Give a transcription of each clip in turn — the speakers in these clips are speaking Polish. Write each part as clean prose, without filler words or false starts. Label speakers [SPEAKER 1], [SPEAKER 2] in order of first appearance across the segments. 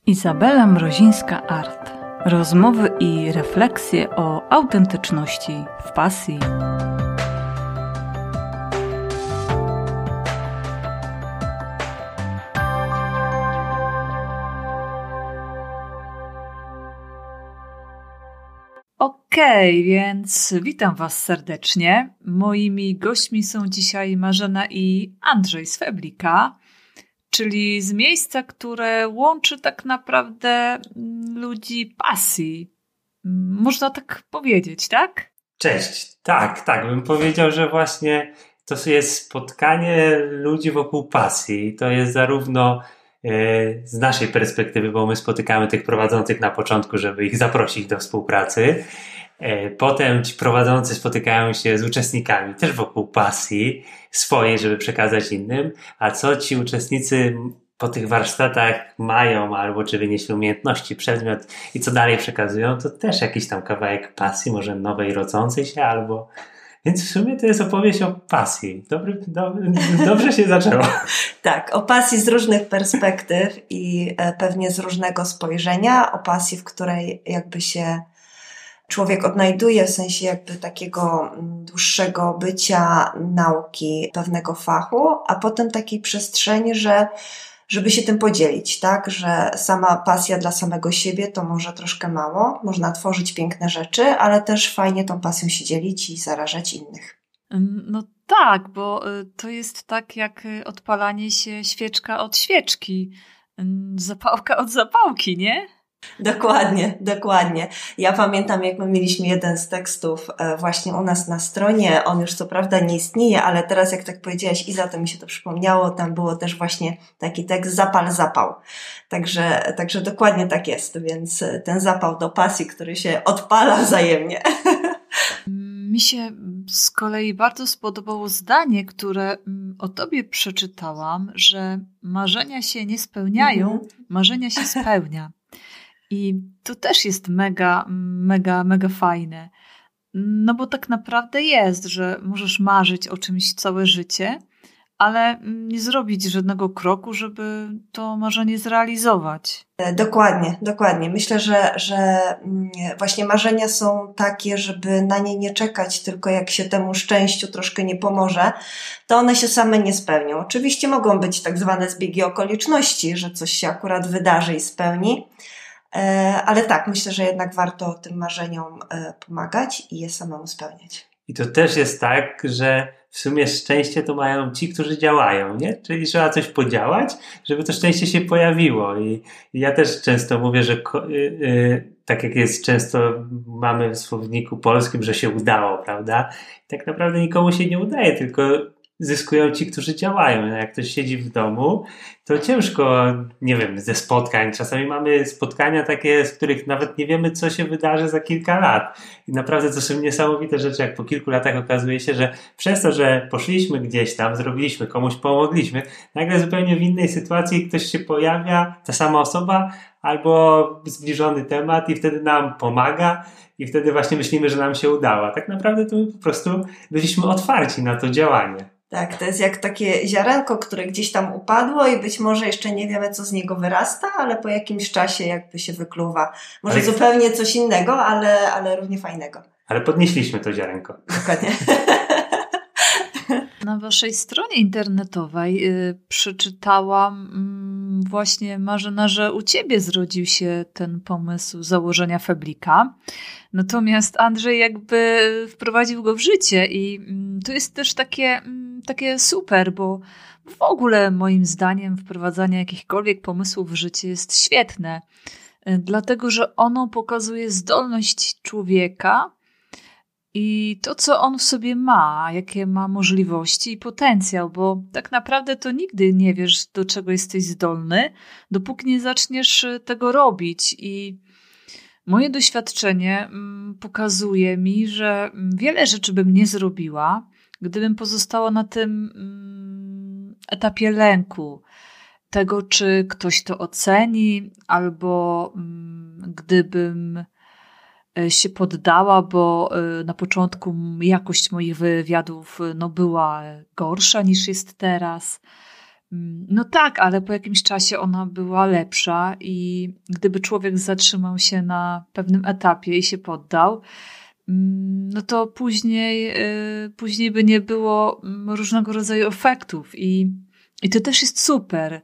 [SPEAKER 1] Izabela Mrozińska-Art. Rozmowy i refleksje o autentyczności w pasji. Okej, więc witam Was serdecznie. Moimi gośćmi są dzisiaj Marzena i Andrzej z Feblika, czyli z miejsca, które łączy tak naprawdę ludzi pasji. Można tak powiedzieć, tak?
[SPEAKER 2] Cześć. Tak. Bym powiedział, że właśnie to jest spotkanie ludzi wokół pasji. To jest zarówno z naszej perspektywy, bo my spotykamy tych prowadzących na początku, żeby ich zaprosić do współpracy. Potem ci prowadzący spotykają się z uczestnikami też wokół pasji swojej, żeby przekazać innym. A co ci uczestnicy po tych warsztatach mają, albo czy wynieśli umiejętności, przedmiot i co dalej przekazują, to też jakiś tam kawałek pasji, może nowej, rodzącej się, albo... Więc w sumie to jest opowieść o pasji. Dobrze się zaczęło.
[SPEAKER 3] Tak, o pasji z różnych perspektyw i pewnie z różnego spojrzenia, o pasji, w której jakby się człowiek odnajduje, w sensie jakby takiego dłuższego bycia, nauki, pewnego fachu, a potem takiej przestrzeni, żeby się tym podzielić, tak? Że sama pasja dla samego siebie to może troszkę mało, można tworzyć piękne rzeczy, ale też fajnie tą pasją się dzielić i zarażać innych.
[SPEAKER 1] No tak, bo to jest tak jak odpalanie się świeczka od świeczki, zapałka od zapałki, nie?
[SPEAKER 3] Dokładnie. Ja pamiętam, jak my mieliśmy jeden z tekstów właśnie u nas na stronie, on już co prawda nie istnieje, ale teraz jak tak powiedziałaś, Iza, to mi się to przypomniało, tam było też właśnie taki tekst zapal, zapał. Także dokładnie tak jest, więc ten zapał do pasji, który się odpala wzajemnie.
[SPEAKER 1] Mi się z kolei bardzo spodobało zdanie, które o tobie przeczytałam, że marzenia się nie spełniają, marzenia się spełnia. I to też jest mega fajne. No bo tak naprawdę jest, że możesz marzyć o czymś całe życie, ale nie zrobić żadnego kroku, żeby to marzenie zrealizować.
[SPEAKER 3] Dokładnie. Myślę, że właśnie marzenia są takie, żeby na nie nie czekać, tylko jak się temu szczęściu troszkę nie pomoże, to one się same nie spełnią. Oczywiście mogą być tak zwane zbiegi okoliczności, że coś się akurat wydarzy i spełni, ale tak, myślę, że jednak warto tym marzeniom pomagać i je samemu spełniać.
[SPEAKER 2] I to też jest tak, że w sumie szczęście to mają ci, którzy działają, nie? Czyli trzeba coś podziałać, żeby to szczęście się pojawiło. I ja też często mówię, że tak jak jest często mamy w słowniku polskim, że się udało, prawda? I tak naprawdę nikomu się nie udaje, tylko zyskują ci, którzy działają. Jak ktoś siedzi w domu, to ciężko, nie wiem, ze spotkań. Czasami mamy spotkania takie, z których nawet nie wiemy, co się wydarzy za kilka lat. I naprawdę to są niesamowite rzeczy, jak po kilku latach okazuje się, że przez to, że poszliśmy gdzieś tam, zrobiliśmy, komuś pomogliśmy, nagle zupełnie w innej sytuacji ktoś się pojawia, ta sama osoba, albo zbliżony temat i wtedy nam pomaga i wtedy właśnie myślimy, że nam się udało. Tak naprawdę to my po prostu byliśmy otwarci na to działanie.
[SPEAKER 3] Tak, to jest jak takie ziarenko, które gdzieś tam upadło i być może jeszcze nie wiemy, co z niego wyrasta, ale po jakimś czasie jakby się wykluwa. Może zupełnie coś innego, ale równie fajnego.
[SPEAKER 2] Ale podnieśliśmy to ziarenko.
[SPEAKER 3] Dokładnie.
[SPEAKER 1] Na waszej stronie internetowej przeczytałam właśnie, Marzena, że u ciebie zrodził się ten pomysł założenia Feblika. Natomiast Andrzej jakby wprowadził go w życie i to jest też takie super, bo w ogóle moim zdaniem wprowadzanie jakichkolwiek pomysłów w życie jest świetne. Dlatego, że ono pokazuje zdolność człowieka i to, co on w sobie ma, jakie ma możliwości i potencjał, bo tak naprawdę to nigdy nie wiesz, do czego jesteś zdolny, dopóki nie zaczniesz tego robić. I moje doświadczenie pokazuje mi, że wiele rzeczy bym nie zrobiła, gdybym pozostała na tym etapie lęku, tego, czy ktoś to oceni, albo gdybym się poddała, bo na początku jakość moich wywiadów była gorsza niż jest teraz. No tak, ale po jakimś czasie ona była lepsza i gdyby człowiek zatrzymał się na pewnym etapie i się poddał, no to później by nie było różnego rodzaju efektów i to też jest super,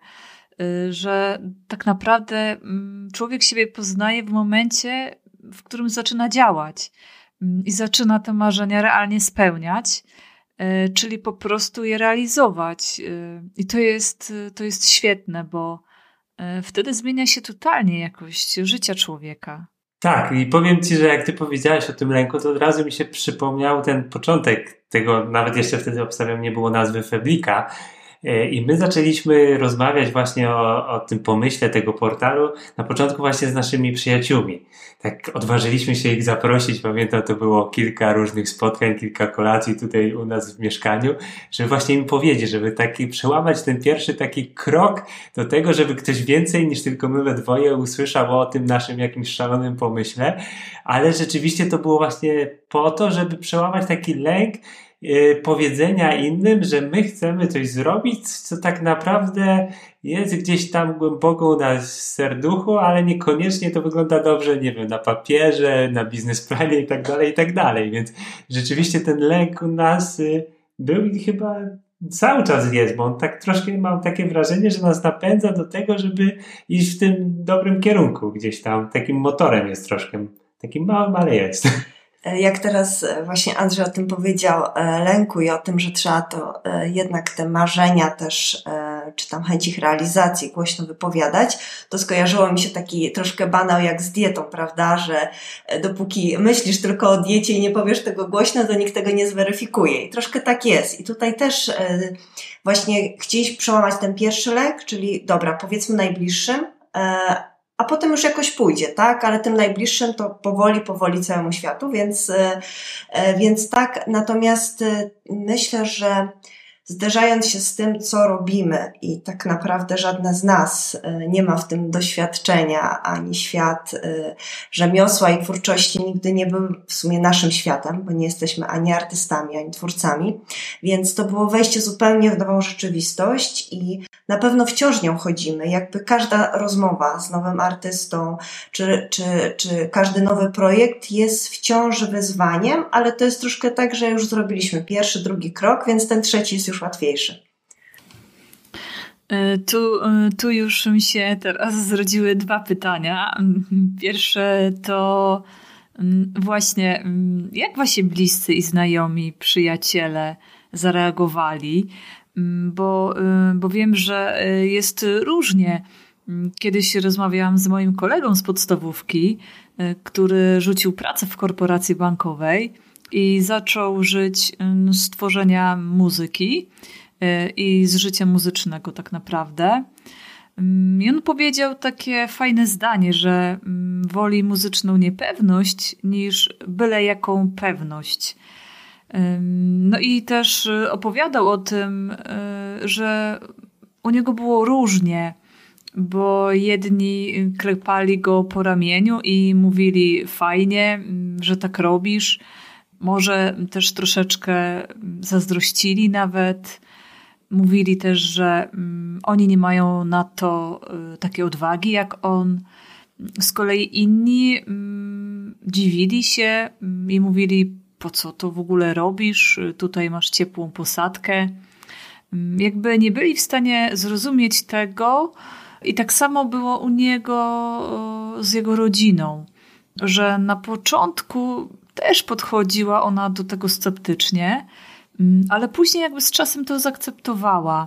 [SPEAKER 1] że tak naprawdę człowiek siebie poznaje w momencie, w którym zaczyna działać i zaczyna te marzenia realnie spełniać, czyli po prostu je realizować. I to jest świetne, bo wtedy zmienia się totalnie jakość życia człowieka.
[SPEAKER 2] Tak, i powiem Ci, że jak Ty powiedziałaś o tym lęku, to od razu mi się przypomniał ten początek tego, nawet jeszcze wtedy obstawiam nie było nazwy Feblika. I my zaczęliśmy rozmawiać właśnie o tym pomyśle tego portalu na początku właśnie z naszymi przyjaciółmi. Tak odważyliśmy się ich zaprosić, pamiętam to było kilka różnych spotkań, kilka kolacji tutaj u nas w mieszkaniu, żeby właśnie im powiedzieć, żeby taki przełamać ten pierwszy taki krok do tego, żeby ktoś więcej niż tylko my we dwoje usłyszał o tym naszym jakimś szalonym pomyśle, ale rzeczywiście to było właśnie po to, żeby przełamać taki lęk, powiedzenia innym, że my chcemy coś zrobić, co tak naprawdę jest gdzieś tam głęboko u nas w serduchu, ale niekoniecznie to wygląda dobrze, nie wiem, na papierze, na biznesplanie i tak dalej. Więc rzeczywiście ten lęk u nas był i chyba cały czas jest, bo on tak troszkę mam takie wrażenie, że nas napędza do tego, żeby iść w tym dobrym kierunku gdzieś tam. Takim motorem jest troszkę. Takim małym, ale jest.
[SPEAKER 3] Jak teraz właśnie Andrzej o tym powiedział, lęku i o tym, że trzeba to jednak te marzenia też, czy tam chęć ich realizacji głośno wypowiadać, to skojarzyło mi się taki troszkę banał jak z dietą, prawda, że dopóki myślisz tylko o diecie i nie powiesz tego głośno, to nikt tego nie zweryfikuje. I troszkę tak jest. I tutaj też właśnie chcieliśmy przełamać ten pierwszy lęk, czyli dobra, powiedzmy najbliższym, a potem już jakoś pójdzie, tak? Ale tym najbliższym to powoli całemu światu, więc tak. Natomiast myślę, że zderzając się z tym, co robimy i tak naprawdę żadne z nas nie ma w tym doświadczenia, ani świat rzemiosła i twórczości nigdy nie był w sumie naszym światem, bo nie jesteśmy ani artystami, ani twórcami, więc to było wejście zupełnie w nową rzeczywistość i na pewno wciąż nią chodzimy. Jakby każda rozmowa z nowym artystą, czy każdy nowy projekt jest wciąż wyzwaniem, ale to jest troszkę tak, że już zrobiliśmy pierwszy, drugi krok, więc ten trzeci jest już łatwiejszy.
[SPEAKER 1] Tu już mi się teraz zrodziły dwa pytania. Pierwsze to właśnie, jak wasi bliscy i znajomi, przyjaciele zareagowali? Bo wiem, że jest różnie. Kiedyś rozmawiałam z moim kolegą z podstawówki, który rzucił pracę w korporacji bankowej i zaczął żyć z tworzenia muzyki i z życia muzycznego tak naprawdę. I on powiedział takie fajne zdanie, że woli muzyczną niepewność niż byle jaką pewność. No i też opowiadał o tym, że u niego było różnie, bo jedni klepali go po ramieniu i mówili fajnie, że tak robisz. Może też troszeczkę zazdrościli nawet. Mówili też, że oni nie mają na to takiej odwagi jak on. Z kolei inni dziwili się i mówili, po co to w ogóle robisz? Tutaj masz ciepłą posadkę. Jakby nie byli w stanie zrozumieć tego i tak samo było u niego z jego rodziną, że na początku też podchodziła ona do tego sceptycznie, ale później jakby z czasem to zaakceptowała.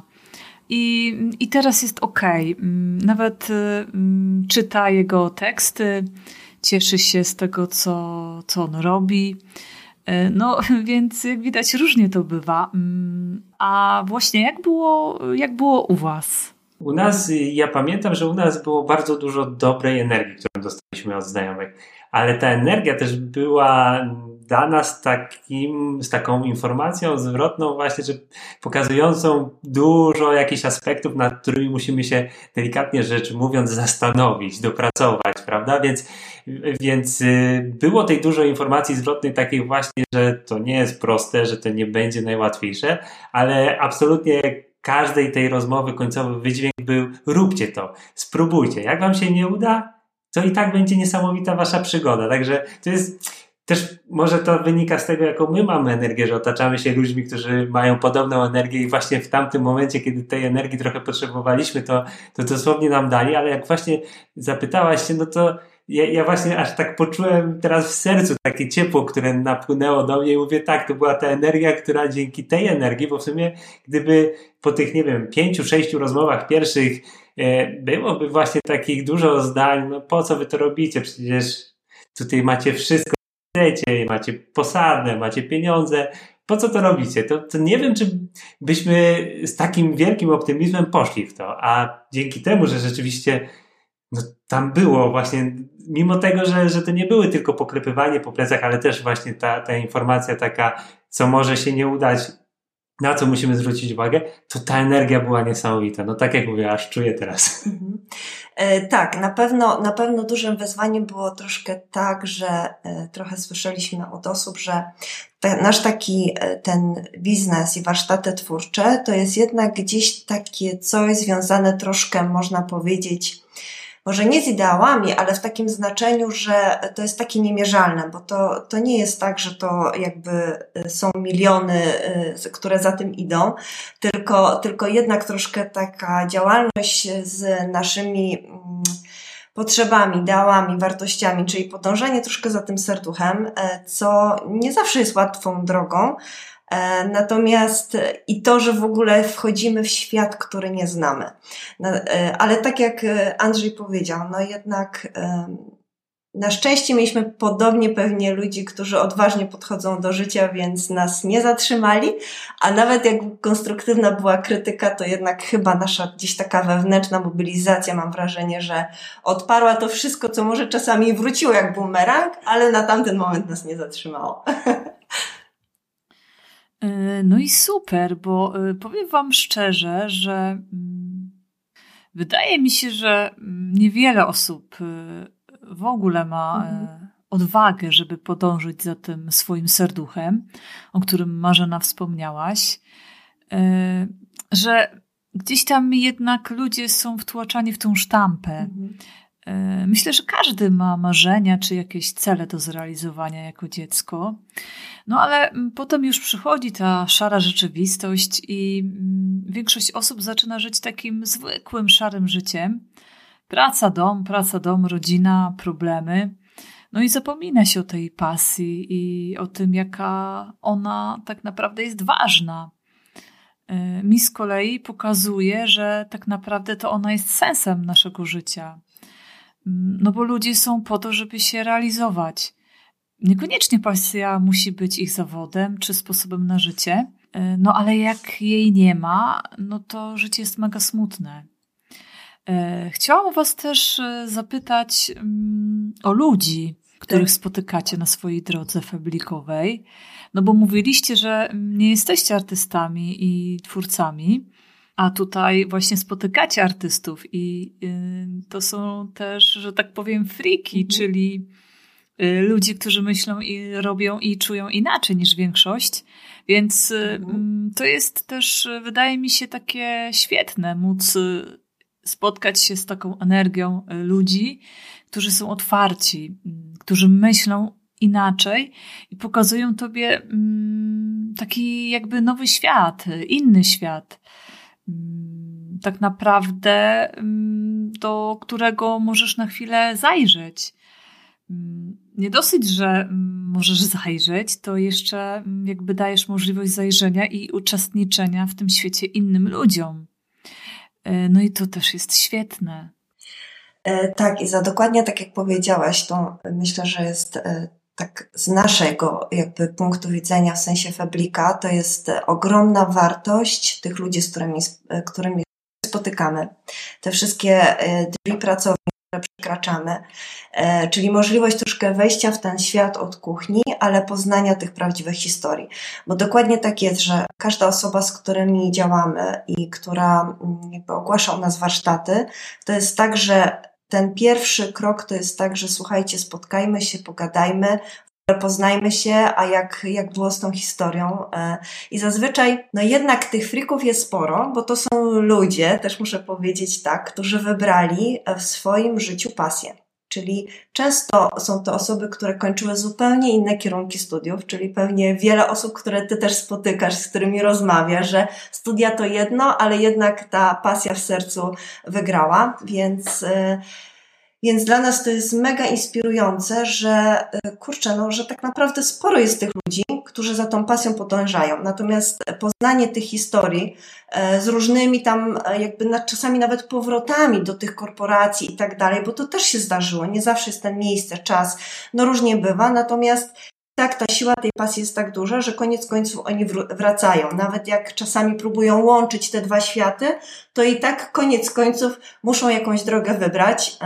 [SPEAKER 1] I teraz jest okej. Nawet czyta jego teksty, cieszy się z tego, co on robi. No, więc jak widać różnie to bywa. A właśnie jak było u was?
[SPEAKER 2] U nas, ja pamiętam, że u nas było bardzo dużo dobrej energii, którą dostaliśmy od znajomych, ale ta energia też była dana z taką informacją zwrotną właśnie, że pokazującą dużo jakichś aspektów, nad którymi musimy się delikatnie rzecz mówiąc zastanowić, dopracować, prawda? Więc było tej dużo informacji zwrotnej takich właśnie, że to nie jest proste, że to nie będzie najłatwiejsze, ale absolutnie każdej tej rozmowy końcowy wydźwięk był: róbcie to, spróbujcie. Jak wam się nie uda, to i tak będzie niesamowita wasza przygoda. Także to jest też, może to wynika z tego, jaką my mamy energię, że otaczamy się ludźmi, którzy mają podobną energię i właśnie w tamtym momencie, kiedy tej energii trochę potrzebowaliśmy, to dosłownie nam dali, ale jak właśnie zapytałaś się, no to ja właśnie aż tak poczułem teraz w sercu takie ciepło, które napłynęło do mnie i mówię, tak, to była ta energia, która dzięki tej energii, bo w sumie gdyby po tych, nie wiem, 5-6 rozmowach pierwszych byłoby właśnie takich dużo zdań, no po co wy to robicie, przecież tutaj macie wszystko, macie posadę, macie pieniądze, po co to robicie? To nie wiem, czy byśmy z takim wielkim optymizmem poszli w to, a dzięki temu, że rzeczywiście no, tam było właśnie, mimo tego, że to nie były tylko poklepywanie po plecach, ale też właśnie ta informacja taka, co może się nie udać, na co musimy zwrócić uwagę, to ta energia była niesamowita. No tak jak mówię, aż czuję teraz.
[SPEAKER 3] Tak, na pewno dużym wyzwaniem było troszkę tak, że trochę słyszeliśmy od osób, że nasz ten biznes i warsztaty twórcze to jest jednak gdzieś takie coś związane troszkę, można powiedzieć, może nie z ideałami, ale w takim znaczeniu, że to jest takie niemierzalne, bo to nie jest tak, że to jakby są miliony, które za tym idą, tylko jednak troszkę taka działalność z naszymi potrzebami, ideałami, wartościami, czyli podążanie troszkę za tym serduchem, co nie zawsze jest łatwą drogą. Natomiast i to, że w ogóle wchodzimy w świat, który nie znamy. Ale tak jak Andrzej powiedział, no jednak na szczęście mieliśmy podobnie pewnie ludzi, którzy odważnie podchodzą do życia, więc nas nie zatrzymali, a nawet jak konstruktywna była krytyka, to jednak chyba nasza gdzieś taka wewnętrzna mobilizacja, mam wrażenie, że odparła to wszystko, co może czasami wróciło jak bumerang, ale na tamten moment nas nie zatrzymało.
[SPEAKER 1] No i super, bo powiem wam szczerze, że wydaje mi się, że niewiele osób w ogóle ma odwagę, żeby podążyć za tym swoim serduchem, o którym Marzena wspomniałaś, że gdzieś tam jednak ludzie są wtłaczani w tą sztampę. Myślę, że każdy ma marzenia czy jakieś cele do zrealizowania jako dziecko, no ale potem już przychodzi ta szara rzeczywistość i większość osób zaczyna żyć takim zwykłym, szarym życiem. Praca, dom, rodzina, problemy. No i zapomina się o tej pasji i o tym, jaka ona tak naprawdę jest ważna. Mi z kolei pokazuje, że tak naprawdę to ona jest sensem naszego życia. No bo ludzie są po to, żeby się realizować. Niekoniecznie pasja musi być ich zawodem czy sposobem na życie, no ale jak jej nie ma, no to życie jest mega smutne. Chciałam was też zapytać o ludzi, których spotykacie na swojej drodze feblikowej, no bo mówiliście, że nie jesteście artystami i twórcami, a tutaj właśnie spotykacie artystów i to są też, że tak powiem, freaki, czyli ludzie, którzy myślą i robią i czują inaczej niż większość. Więc to jest też, wydaje mi się, takie świetne móc spotkać się z taką energią ludzi, którzy są otwarci, którzy myślą inaczej i pokazują tobie taki jakby nowy świat, inny świat. Tak naprawdę do którego możesz na chwilę zajrzeć. Nie dosyć, że możesz zajrzeć, to jeszcze jakby dajesz możliwość zajrzenia i uczestniczenia w tym świecie innym ludziom. No i to też jest świetne.
[SPEAKER 3] Tak, i dokładnie tak jak powiedziałaś, to myślę, że jest tak z naszego jakby punktu widzenia w sensie Feblika, to jest ogromna wartość tych ludzi, z którymi spotykamy. Te wszystkie drzwi pracowni, które przekraczamy, czyli możliwość troszkę wejścia w ten świat od kuchni, ale poznania tych prawdziwych historii. Bo dokładnie tak jest, że każda osoba, z którymi działamy i która jakby ogłasza u nas warsztaty, to jest tak, że ten pierwszy krok to jest tak, że słuchajcie, spotkajmy się, pogadajmy, poznajmy się, a jak było z tą historią. I zazwyczaj, no jednak tych frików jest sporo, bo to są ludzie, też muszę powiedzieć tak, którzy wybrali w swoim życiu pasję. Czyli często są to osoby, które kończyły zupełnie inne kierunki studiów, czyli pewnie wiele osób, które ty też spotykasz, z którymi rozmawiasz, że studia to jedno, ale jednak ta pasja w sercu wygrała, więc dla nas to jest mega inspirujące, że kurczę, no, że tak naprawdę sporo jest tych ludzi, którzy za tą pasją podążają. Natomiast poznanie tych historii z różnymi tam jakby czasami nawet powrotami do tych korporacji i tak dalej, bo to też się zdarzyło. Nie zawsze jest ten miejsce, czas, no różnie bywa. Natomiast tak, ta siła tej pasji jest tak duża, że koniec końców oni wracają. Nawet jak czasami próbują łączyć te dwa światy, to i tak koniec końców muszą jakąś drogę wybrać.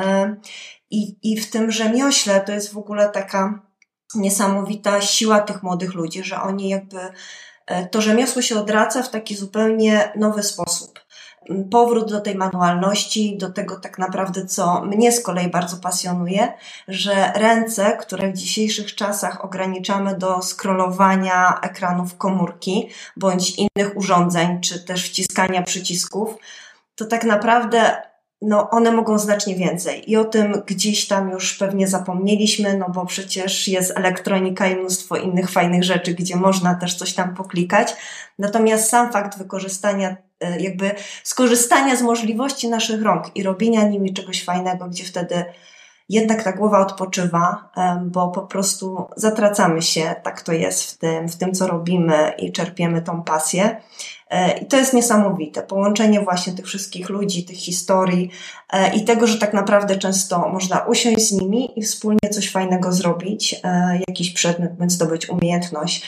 [SPEAKER 3] I w tym rzemiośle to jest w ogóle taka niesamowita siła tych młodych ludzi, że oni jakby to rzemiosło się odraca w taki zupełnie nowy sposób. Powrót do tej manualności, do tego tak naprawdę, co mnie z kolei bardzo pasjonuje, że ręce, które w dzisiejszych czasach ograniczamy do scrollowania ekranów komórki bądź innych urządzeń, czy też wciskania przycisków, to tak naprawdę no one mogą znacznie więcej i o tym gdzieś tam już pewnie zapomnieliśmy, no bo przecież jest elektronika i mnóstwo innych fajnych rzeczy, gdzie można też coś tam poklikać. Natomiast sam fakt wykorzystania, jakby skorzystania z możliwości naszych rąk i robienia nimi czegoś fajnego, gdzie wtedy jednak ta głowa odpoczywa, bo po prostu zatracamy się, tak to jest w tym co robimy i czerpiemy tą pasję. I to jest niesamowite. Połączenie właśnie tych wszystkich ludzi, tych historii i tego, że tak naprawdę często można usiąść z nimi i wspólnie coś fajnego zrobić, jakiś przedmiot, bądź zdobyć umiejętność.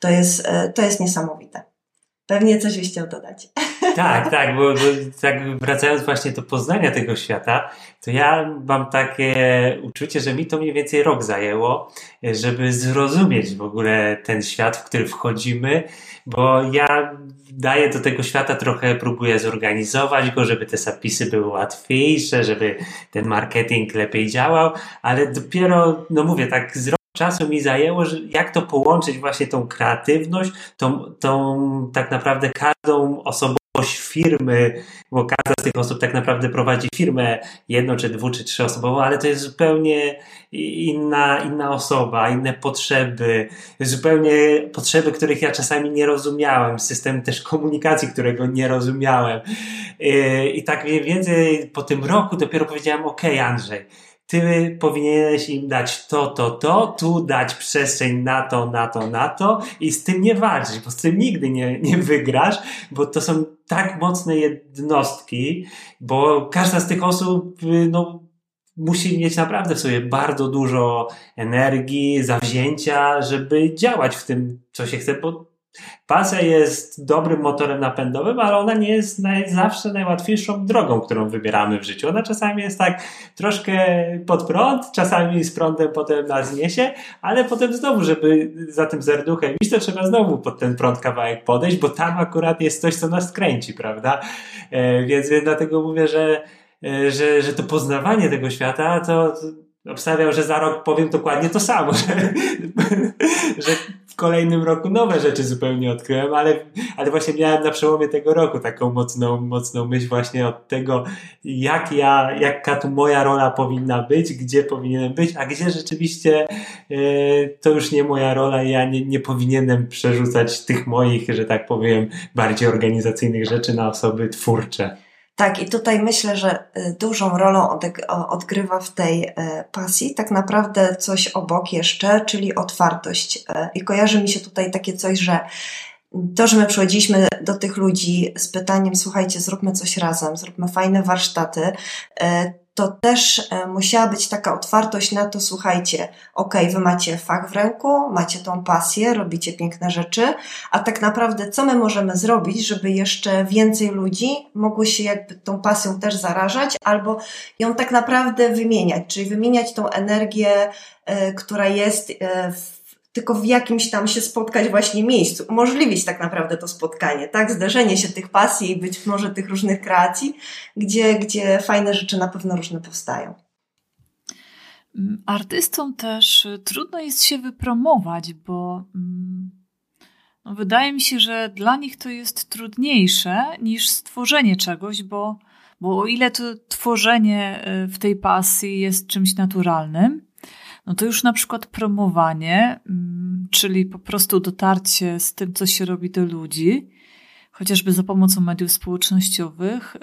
[SPEAKER 3] To jest niesamowite. Pewnie coś byś chciał dodać.
[SPEAKER 2] Tak, bo tak wracając właśnie do poznania tego świata, to ja mam takie uczucie, że mi to mniej więcej rok zajęło, żeby zrozumieć w ogóle ten świat, w który wchodzimy, bo ja daję do tego świata trochę, próbuję zorganizować go, żeby te zapisy były łatwiejsze, żeby ten marketing lepiej działał, ale dopiero, no mówię, tak z czasu mi zajęło, że jak to połączyć właśnie tą kreatywność, tą tak naprawdę każdą osobowość firmy, bo każda z tych osób tak naprawdę prowadzi firmę jedno, czy dwu, czy trzyosobową, ale to jest zupełnie inna osoba, inne potrzeby, zupełnie potrzeby, których ja czasami nie rozumiałem, system też komunikacji, którego nie rozumiałem. I tak mniej więcej po tym roku dopiero powiedziałem, okej, Andrzej, ty powinieneś im dać to, tu dać przestrzeń na to i z tym nie walczyć, bo z tym nigdy nie wygrasz, bo to są tak mocne jednostki, bo każda z tych osób, no, musi mieć naprawdę w sobie bardzo dużo energii, zawzięcia, żeby działać w tym, co się chce, bo pasja jest dobrym motorem napędowym, ale ona nie jest zawsze najłatwiejszą drogą, którą wybieramy w życiu. Ona czasami jest tak troszkę pod prąd, czasami z prądem potem nas niesie, ale potem znowu, żeby za tym serduchem iść, to trzeba znowu pod ten prąd kawałek podejść, bo tam akurat jest coś, co nas kręci, prawda? Więc dlatego mówię, że to poznawanie tego świata, to obstawiam, że za rok powiem dokładnie to samo, że w kolejnym roku nowe rzeczy zupełnie odkryłem, ale właśnie miałem na przełomie tego roku taką mocną myśl właśnie od tego, jaka tu moja rola powinna być, gdzie powinienem być, a gdzie rzeczywiście to już nie moja rola i ja nie powinienem przerzucać tych moich, że tak powiem, bardziej organizacyjnych rzeczy na osoby twórcze.
[SPEAKER 3] Tak, i tutaj myślę, że dużą rolą odgrywa w tej pasji tak naprawdę coś obok jeszcze, czyli otwartość. I kojarzy mi się tutaj takie coś, że to, że my przychodziliśmy do tych ludzi z pytaniem, słuchajcie, zróbmy coś razem, zróbmy fajne warsztaty, to też musiała być taka otwartość na to, słuchajcie, okej, wy macie fach w ręku, macie tą pasję, robicie piękne rzeczy, a tak naprawdę co my możemy zrobić, żeby jeszcze więcej ludzi mogło się jakby tą pasją też zarażać albo ją tak naprawdę wymieniać, czyli wymieniać tą energię, która jest tylko w jakimś tam się spotkać właśnie miejscu, umożliwić tak naprawdę to spotkanie, tak? Zderzenie się tych pasji i być może tych różnych kreacji, gdzie fajne rzeczy na pewno różne powstają.
[SPEAKER 1] Artystom też trudno jest się wypromować, bo wydaje mi się, że dla nich to jest trudniejsze niż stworzenie czegoś, bo o ile to tworzenie w tej pasji jest czymś naturalnym, no to już na przykład promowanie, czyli po prostu dotarcie z tym, co się robi do ludzi, chociażby za pomocą mediów społecznościowych,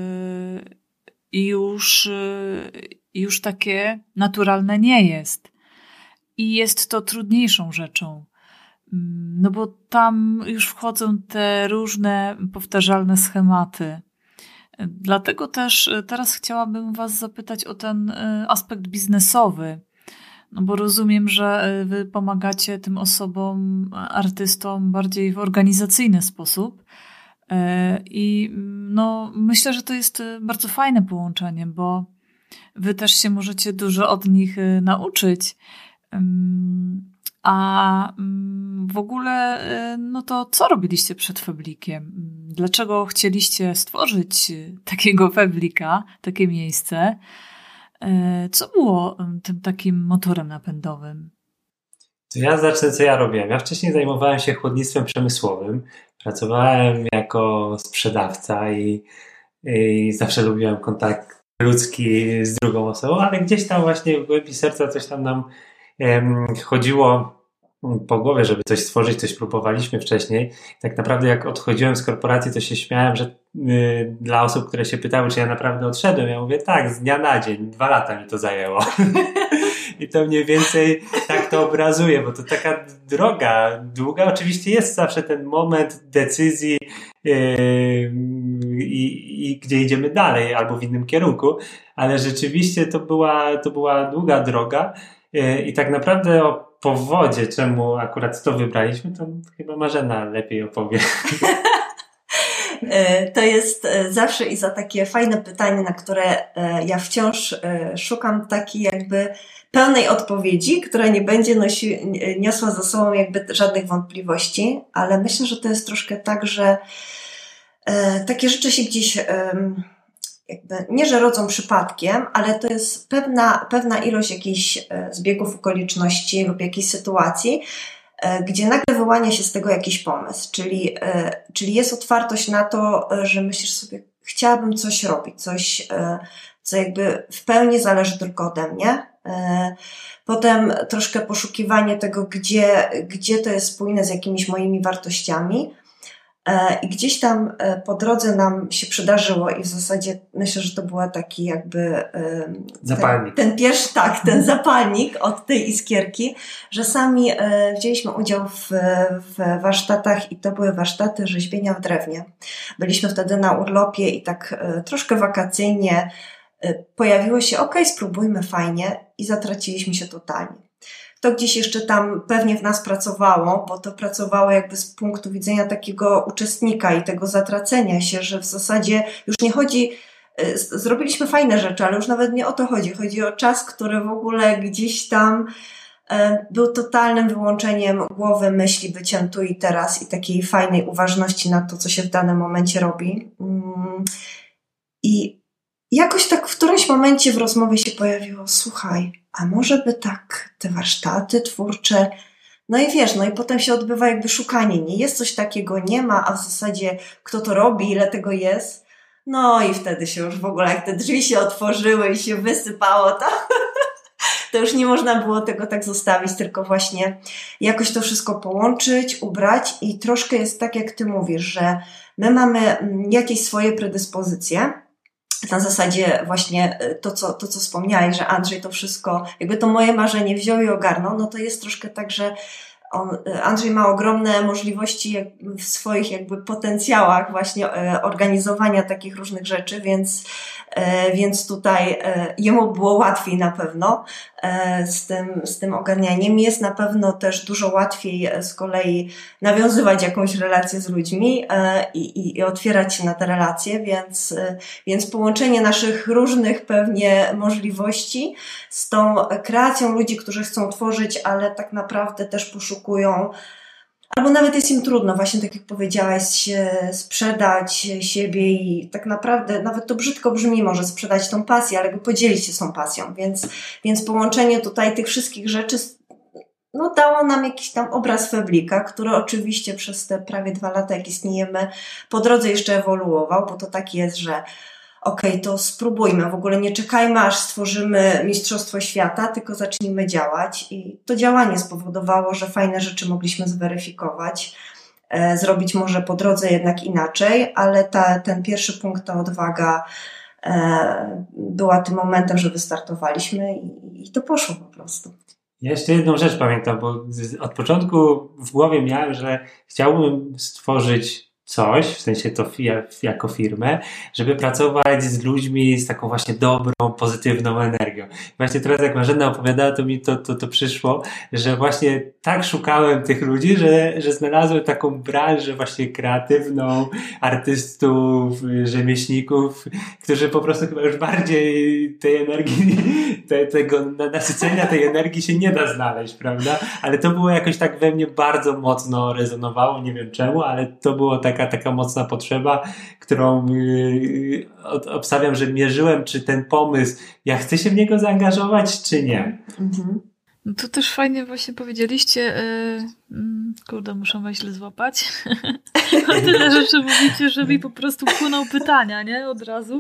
[SPEAKER 1] i już takie naturalne nie jest. I jest to trudniejszą rzeczą. No bo tam już wchodzą te różne powtarzalne schematy. Dlatego też teraz chciałabym Was zapytać o ten aspekt biznesowy. No bo rozumiem, że Wy pomagacie tym osobom, artystom bardziej w organizacyjny sposób. I no, myślę, że to jest bardzo fajne połączenie, bo Wy też się możecie dużo od nich nauczyć. A w ogóle, no to co robiliście przed Feblikiem? Dlaczego chcieliście stworzyć takiego Feblika, takie miejsce? Co było tym takim motorem napędowym?
[SPEAKER 2] To ja zacznę, co ja robiłem. Ja wcześniej zajmowałem się chłodnictwem przemysłowym. Pracowałem jako sprzedawca i zawsze lubiłem kontakt ludzki z drugą osobą, ale gdzieś tam właśnie w głębi serca coś tam nam chodziło po głowie, żeby coś stworzyć, coś próbowaliśmy wcześniej. Tak naprawdę jak odchodziłem z korporacji, to się śmiałem, że dla osób, które się pytały, czy ja naprawdę odszedłem, ja mówię tak, z dnia na dzień, 2 lata mi to zajęło. I to mniej więcej tak to obrazuje, bo to taka droga długa. Oczywiście jest zawsze ten moment decyzji i gdzie idziemy dalej, albo w innym kierunku, ale rzeczywiście to była długa droga i tak naprawdę o powodzie, czemu akurat to wybraliśmy, to chyba Marzena lepiej opowie.
[SPEAKER 3] To jest zawsze i za takie fajne pytanie, na które ja wciąż szukam takiej jakby pełnej odpowiedzi, która nie będzie niosła za sobą jakby żadnych wątpliwości, ale myślę, że to jest troszkę tak, że takie rzeczy się gdzieś jakby nie, że rodzą przypadkiem, ale to jest pewna ilość jakichś zbiegów okoliczności lub jakiejś sytuacji, gdzie nagle wyłania się z tego jakiś pomysł, czyli jest otwartość na to, że myślisz sobie, chciałabym coś robić, coś, co jakby w pełni zależy tylko ode mnie. Potem troszkę poszukiwanie tego, gdzie to jest spójne z jakimiś moimi wartościami. I gdzieś tam po drodze nam się przydarzyło i w zasadzie myślę, że to była taki jakby
[SPEAKER 2] zapalnik.
[SPEAKER 3] Ten zapalnik od tej iskierki, że sami wzięliśmy udział w warsztatach i to były warsztaty rzeźbienia w drewnie. Byliśmy wtedy na urlopie i tak troszkę wakacyjnie pojawiło się, spróbujmy, fajnie, i zatraciliśmy się totalnie. To gdzieś jeszcze tam pewnie w nas pracowało, bo to pracowało jakby z punktu widzenia takiego uczestnika i tego zatracenia się, że w zasadzie już nie chodzi, zrobiliśmy fajne rzeczy, ale już nawet nie o to chodzi. Chodzi o czas, który w ogóle gdzieś tam był totalnym wyłączeniem głowy, myśli, byciem tu i teraz i takiej fajnej uważności na to, co się w danym momencie robi. I jakoś tak w którymś momencie w rozmowie się pojawiło, słuchaj, a może by tak te warsztaty twórcze, no i wiesz, no i potem się odbywa jakby szukanie, nie jest coś takiego, nie ma, a w zasadzie kto to robi, ile tego jest, no i wtedy się już w ogóle, jak te drzwi się otworzyły i się wysypało, to już nie można było tego tak zostawić, tylko właśnie jakoś to wszystko połączyć, ubrać i troszkę jest tak, jak ty mówisz, że my mamy jakieś swoje predyspozycje. Na zasadzie właśnie to, co wspomniałeś, że Andrzej to wszystko, jakby to moje marzenie wziął i ogarnął, no to jest troszkę tak, że Andrzej ma ogromne możliwości w swoich jakby potencjałach właśnie organizowania takich różnych rzeczy, więc tutaj jemu było łatwiej na pewno z tym ogarnianiem. Jest na pewno też dużo łatwiej z kolei nawiązywać jakąś relację z ludźmi i otwierać się na te relacje, więc połączenie naszych różnych pewnie możliwości z tą kreacją ludzi, którzy chcą tworzyć, ale tak naprawdę też poszukują albo nawet jest im trudno, właśnie tak jak powiedziałaś, sprzedać siebie i tak naprawdę, nawet to brzydko brzmi, może sprzedać tą pasję, ale podzielić się tą pasją, więc połączenie tutaj tych wszystkich rzeczy dało nam jakiś tam obraz Feblika, który oczywiście przez te prawie 2 lata, jak istniejemy, po drodze jeszcze ewoluował, bo to tak jest, że okej, to spróbujmy, w ogóle nie czekajmy, aż stworzymy Mistrzostwo Świata, tylko zacznijmy działać i to działanie spowodowało, że fajne rzeczy mogliśmy zweryfikować, zrobić może po drodze jednak inaczej, ale ten pierwszy punkt, ta odwaga była tym momentem, że wystartowaliśmy i to poszło po prostu.
[SPEAKER 2] Ja jeszcze jedną rzecz pamiętam, bo od początku w głowie miałem, że chciałbym stworzyć coś, w sensie to jako firmę, żeby pracować z ludźmi z taką właśnie dobrą, pozytywną energią. Właśnie teraz jak Marzena opowiadała, to mi to przyszło, że właśnie tak szukałem tych ludzi, że znalazłem taką branżę właśnie kreatywną, artystów, rzemieślników, którzy po prostu chyba już bardziej tej energii, tego nasycenia tej energii się nie da znaleźć, prawda? Ale to było jakoś tak we mnie bardzo mocno rezonowało, nie wiem czemu, ale to było taka mocna potrzeba, którą obstawiam, że mierzyłem, czy ten pomysł, ja chcę się w niego zaangażować, czy nie.
[SPEAKER 3] Mhm.
[SPEAKER 1] No to też fajnie właśnie powiedzieliście, kurde, muszę myśl złapać. O tyle rzeczy mówicie, że mi po prostu płyną pytania, nie? Od razu.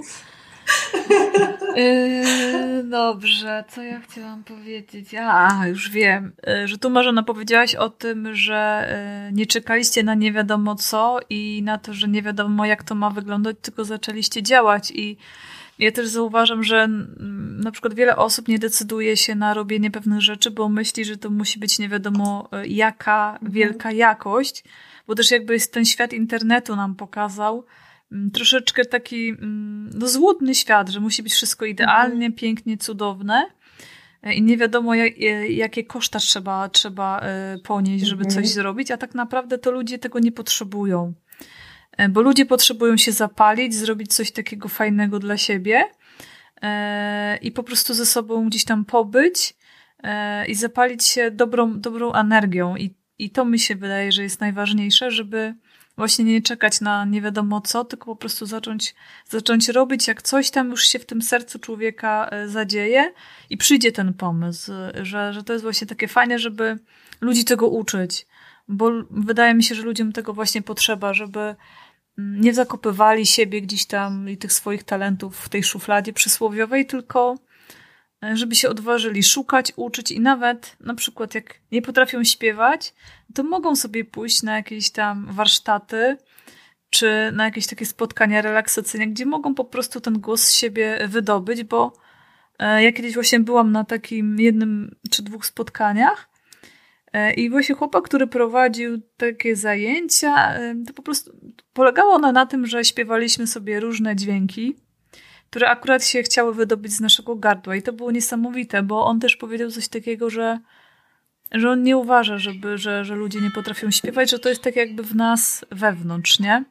[SPEAKER 1] Dobrze, co ja chciałam powiedzieć? Już wiem, że tu Marzena powiedziałaś o tym, że nie czekaliście na nie wiadomo co i na to, że nie wiadomo jak to ma wyglądać, tylko zaczęliście działać i ja też zauważam, że na przykład wiele osób nie decyduje się na robienie pewnych rzeczy, bo myśli, że to musi być nie wiadomo jaka wielka jakość, bo też jakby ten świat internetu nam pokazał troszeczkę taki złudny świat, że musi być wszystko idealnie, pięknie, cudowne i nie wiadomo jakie koszta trzeba ponieść, żeby coś zrobić, a tak naprawdę to ludzie tego nie potrzebują. Bo ludzie potrzebują się zapalić, zrobić coś takiego fajnego dla siebie i po prostu ze sobą gdzieś tam pobyć i zapalić się dobrą energią. I to mi się wydaje, że jest najważniejsze, żeby właśnie nie czekać na nie wiadomo co, tylko po prostu zacząć robić, jak coś tam już się w tym sercu człowieka zadzieje i przyjdzie ten pomysł, że to jest właśnie takie fajne, żeby ludzi tego uczyć. Bo wydaje mi się, że ludziom tego właśnie potrzeba, żeby nie zakopywali siebie gdzieś tam i tych swoich talentów w tej szufladzie przysłowiowej, tylko żeby się odważyli szukać, uczyć i nawet na przykład jak nie potrafią śpiewać, to mogą sobie pójść na jakieś tam warsztaty czy na jakieś takie spotkania relaksacyjne, gdzie mogą po prostu ten głos z siebie wydobyć, bo ja kiedyś właśnie byłam na takim 1 czy 2 spotkaniach i właśnie chłopak, który prowadził takie zajęcia, to po prostu polegało ono na tym, że śpiewaliśmy sobie różne dźwięki, które akurat się chciały wydobyć z naszego gardła. I to było niesamowite, bo on też powiedział coś takiego, że on nie uważa, że ludzie nie potrafią śpiewać, że to jest tak jakby w nas wewnątrz, nie?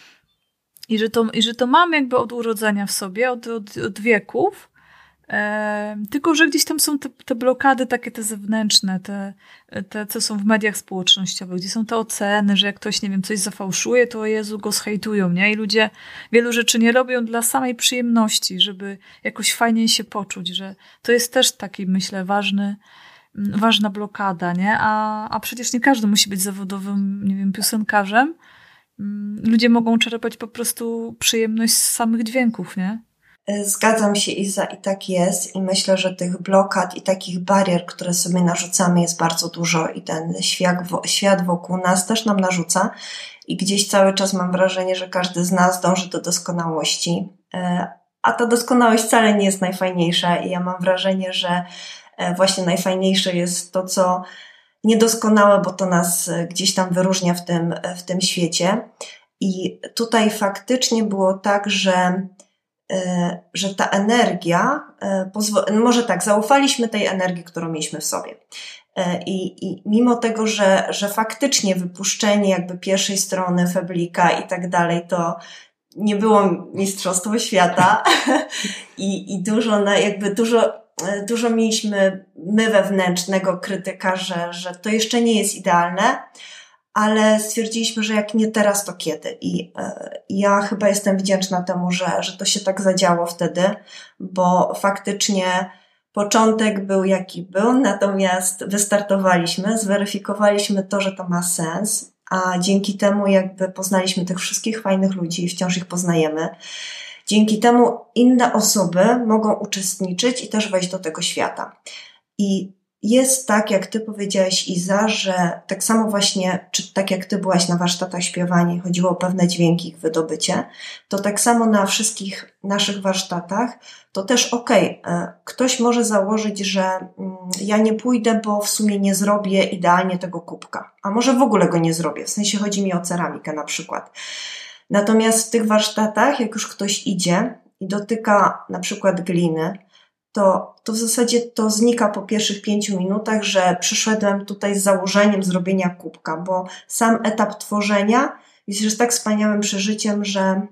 [SPEAKER 1] I że to mamy jakby od urodzenia w sobie, od wieków, tylko że gdzieś tam są te blokady takie te zewnętrzne, te co są w mediach społecznościowych, gdzie są te oceny, że jak ktoś, nie wiem, coś zafałszuje, to Jezu, go zhejtują, nie? I ludzie wielu rzeczy nie robią dla samej przyjemności, żeby jakoś fajniej się poczuć, że to jest też taki, myślę, ważna blokada, nie? A przecież nie każdy musi być zawodowym, nie wiem, piosenkarzem. Ludzie mogą czerpać po prostu przyjemność z samych dźwięków, nie?
[SPEAKER 3] Zgadzam się, Iza, i tak jest. I myślę, że tych blokad i takich barier, które sobie narzucamy, jest bardzo dużo i ten świat wokół nas też nam narzuca. I gdzieś cały czas mam wrażenie, że każdy z nas dąży do doskonałości. A ta doskonałość wcale nie jest najfajniejsza i ja mam wrażenie, że właśnie najfajniejsze jest to, co niedoskonałe, bo to nas gdzieś tam wyróżnia w tym świecie. I tutaj faktycznie było tak, że ta energia, może tak, zaufaliśmy tej energii, którą mieliśmy w sobie. I mimo tego, że faktycznie wypuszczenie jakby pierwszej strony Feblika i tak dalej, to nie było Mistrzostwo Świata i dużo mieliśmy my wewnętrznego krytyka, że to jeszcze nie jest idealne, ale stwierdziliśmy, że jak nie teraz, to kiedy. I ja chyba jestem wdzięczna temu, że to się tak zadziało wtedy, bo faktycznie początek był jaki był, natomiast wystartowaliśmy, zweryfikowaliśmy to, że to ma sens, a dzięki temu jakby poznaliśmy tych wszystkich fajnych ludzi i wciąż ich poznajemy. Dzięki temu inne osoby mogą uczestniczyć i też wejść do tego świata. I jest tak, jak ty powiedziałaś, Iza, że tak samo właśnie, czy tak jak ty byłaś na warsztatach śpiewania i chodziło o pewne dźwięki, ich wydobycie, to tak samo na wszystkich naszych warsztatach, to też ktoś może założyć, że ja nie pójdę, bo w sumie nie zrobię idealnie tego kubka. A może w ogóle go nie zrobię, w sensie chodzi mi o ceramikę na przykład. Natomiast w tych warsztatach, jak już ktoś idzie i dotyka na przykład gliny, to w zasadzie to znika po pierwszych 5 minutach, że przyszedłem tutaj z założeniem zrobienia kubka, bo sam etap tworzenia jest tak wspaniałym przeżyciem,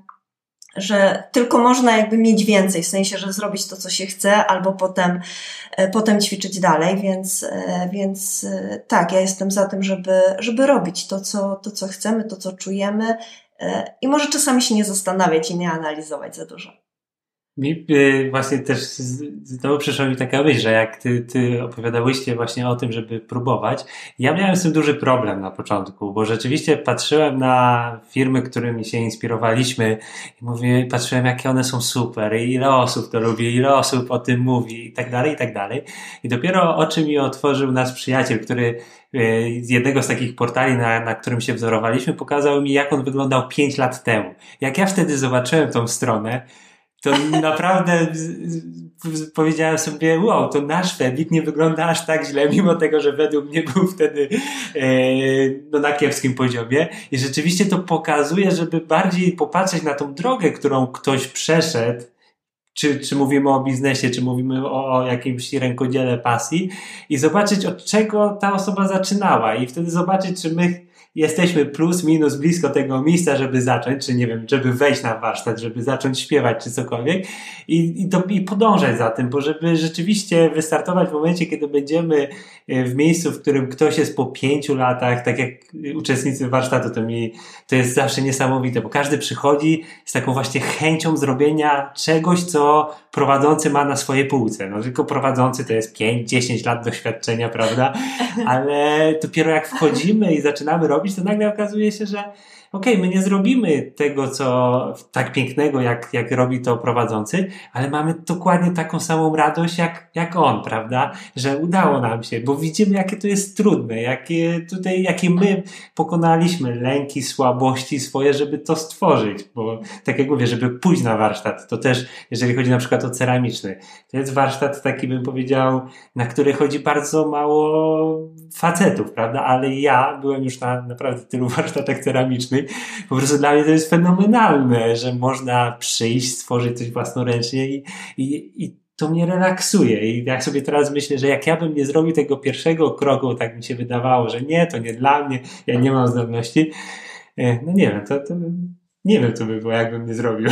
[SPEAKER 3] że tylko można jakby mieć więcej, w sensie, że zrobić to, co się chce, albo potem ćwiczyć dalej, więc tak, ja jestem za tym, żeby robić to, co chcemy, to, co czujemy i może czasami się nie zastanawiać i nie analizować za dużo.
[SPEAKER 2] Mi właśnie też znowu przyszła mi taka myśl, że jak ty opowiadałyście właśnie o tym, żeby próbować, ja miałem z tym duży problem na początku, bo rzeczywiście patrzyłem na firmy, którymi się inspirowaliśmy i patrzyłem, jakie one są super i ile osób to lubi, ile osób o tym mówi i tak dalej, i tak dalej. I dopiero oczy mi otworzył nasz przyjaciel, który z jednego z takich portali, na którym się wzorowaliśmy, pokazał mi, jak on wyglądał 5 lat temu. Jak ja wtedy zobaczyłem tą stronę, to naprawdę powiedziałem sobie, wow, to nasz Febik nie wygląda aż tak źle, mimo tego, że według mnie był wtedy na kiepskim poziomie. I rzeczywiście to pokazuje, żeby bardziej popatrzeć na tą drogę, którą ktoś przeszedł, czy mówimy o biznesie, czy mówimy o jakimś rękodziele pasji i zobaczyć, od czego ta osoba zaczynała i wtedy zobaczyć, czy my jesteśmy plus minus blisko tego miejsca, żeby zacząć, czy nie wiem, żeby wejść na warsztat, żeby zacząć śpiewać, czy cokolwiek i podążać za tym, bo żeby rzeczywiście wystartować w momencie, kiedy będziemy w miejscu, w którym ktoś jest po 5 latach, tak jak uczestnicy warsztatu, to jest zawsze niesamowite, bo każdy przychodzi z taką właśnie chęcią zrobienia czegoś, co prowadzący ma na swojej półce. No tylko prowadzący to jest 5-10 lat doświadczenia, prawda? Ale dopiero jak wchodzimy i zaczynamy robić, to nagle okazuje się, że my nie zrobimy tego, co tak pięknego, jak robi to prowadzący, ale mamy dokładnie taką samą radość, jak on, prawda? Że udało nam się, bo widzimy, jakie to jest trudne, jakie my pokonaliśmy lęki, słabości swoje, żeby to stworzyć, bo tak jak mówię, żeby pójść na warsztat, to też, jeżeli chodzi na przykład o ceramiczny, to jest warsztat taki, bym powiedział, na który chodzi bardzo mało facetów, prawda? Ale ja byłem już na naprawdę tylu warsztatach ceramicznych. Po prostu dla mnie to jest fenomenalne, że można przyjść, stworzyć coś własnoręcznie i to mnie relaksuje. I jak sobie teraz myślę, że jak ja bym nie zrobił tego pierwszego kroku, tak mi się wydawało, że nie, to nie dla mnie, ja nie mam zdolności. No nie wiem, to nie wiem, co by było, jakbym nie zrobił.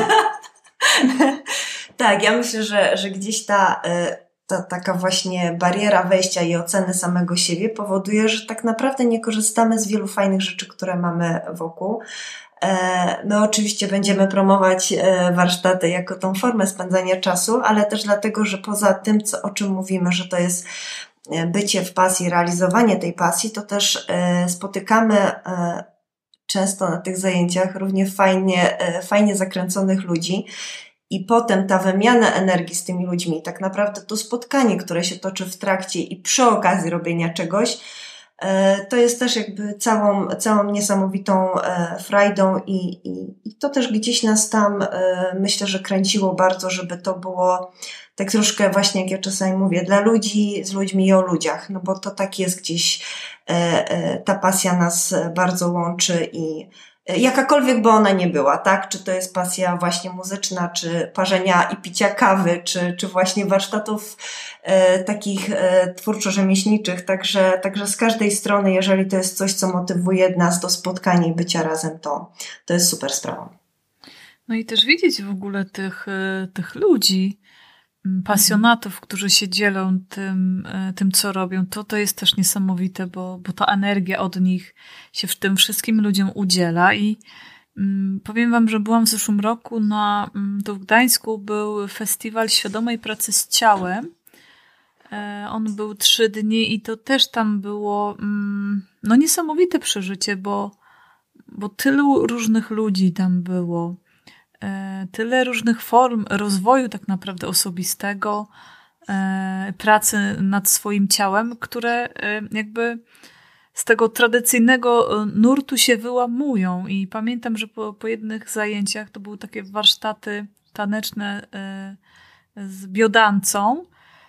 [SPEAKER 3] Tak, ja myślę, że gdzieś ta taka właśnie bariera wejścia i oceny samego siebie powoduje, że tak naprawdę nie korzystamy z wielu fajnych rzeczy, które mamy wokół. My oczywiście będziemy promować warsztaty jako tą formę spędzania czasu, ale też dlatego, że poza tym, o czym mówimy, że to jest bycie w pasji, realizowanie tej pasji, to też spotykamy często na tych zajęciach równie fajnie zakręconych ludzi. I potem ta wymiana energii z tymi ludźmi, tak naprawdę to spotkanie, które się toczy w trakcie i przy okazji robienia czegoś, to jest też jakby całą niesamowitą frajdą i to też gdzieś nas tam, myślę, że kręciło bardzo, żeby to było tak troszkę właśnie, jak ja czasami mówię, dla ludzi, z ludźmi i o ludziach, no bo to tak jest gdzieś, ta pasja nas bardzo łączy i jakakolwiek by ona nie była, tak? Czy to jest pasja właśnie muzyczna, czy parzenia i picia kawy, czy właśnie warsztatów takich twórczo-rzemieślniczych. Także z każdej strony, jeżeli to jest coś, co motywuje nas do spotkania i bycia razem, to jest super sprawa.
[SPEAKER 1] No i też widzieć w ogóle tych ludzi, pasjonatów, którzy się dzielą tym co robią, to jest też niesamowite, bo ta energia od nich się w tym wszystkim ludziom udziela i powiem wam, że byłam w zeszłym roku tu w Gdańsku był festiwal świadomej pracy z ciałem. On był 3 dni i to też tam było niesamowite przeżycie, bo tylu różnych ludzi tam było. Tyle różnych form rozwoju tak naprawdę osobistego, pracy nad swoim ciałem, które jakby z tego tradycyjnego nurtu się wyłamują. I pamiętam, że po jednych zajęciach to były takie warsztaty taneczne z biodancą.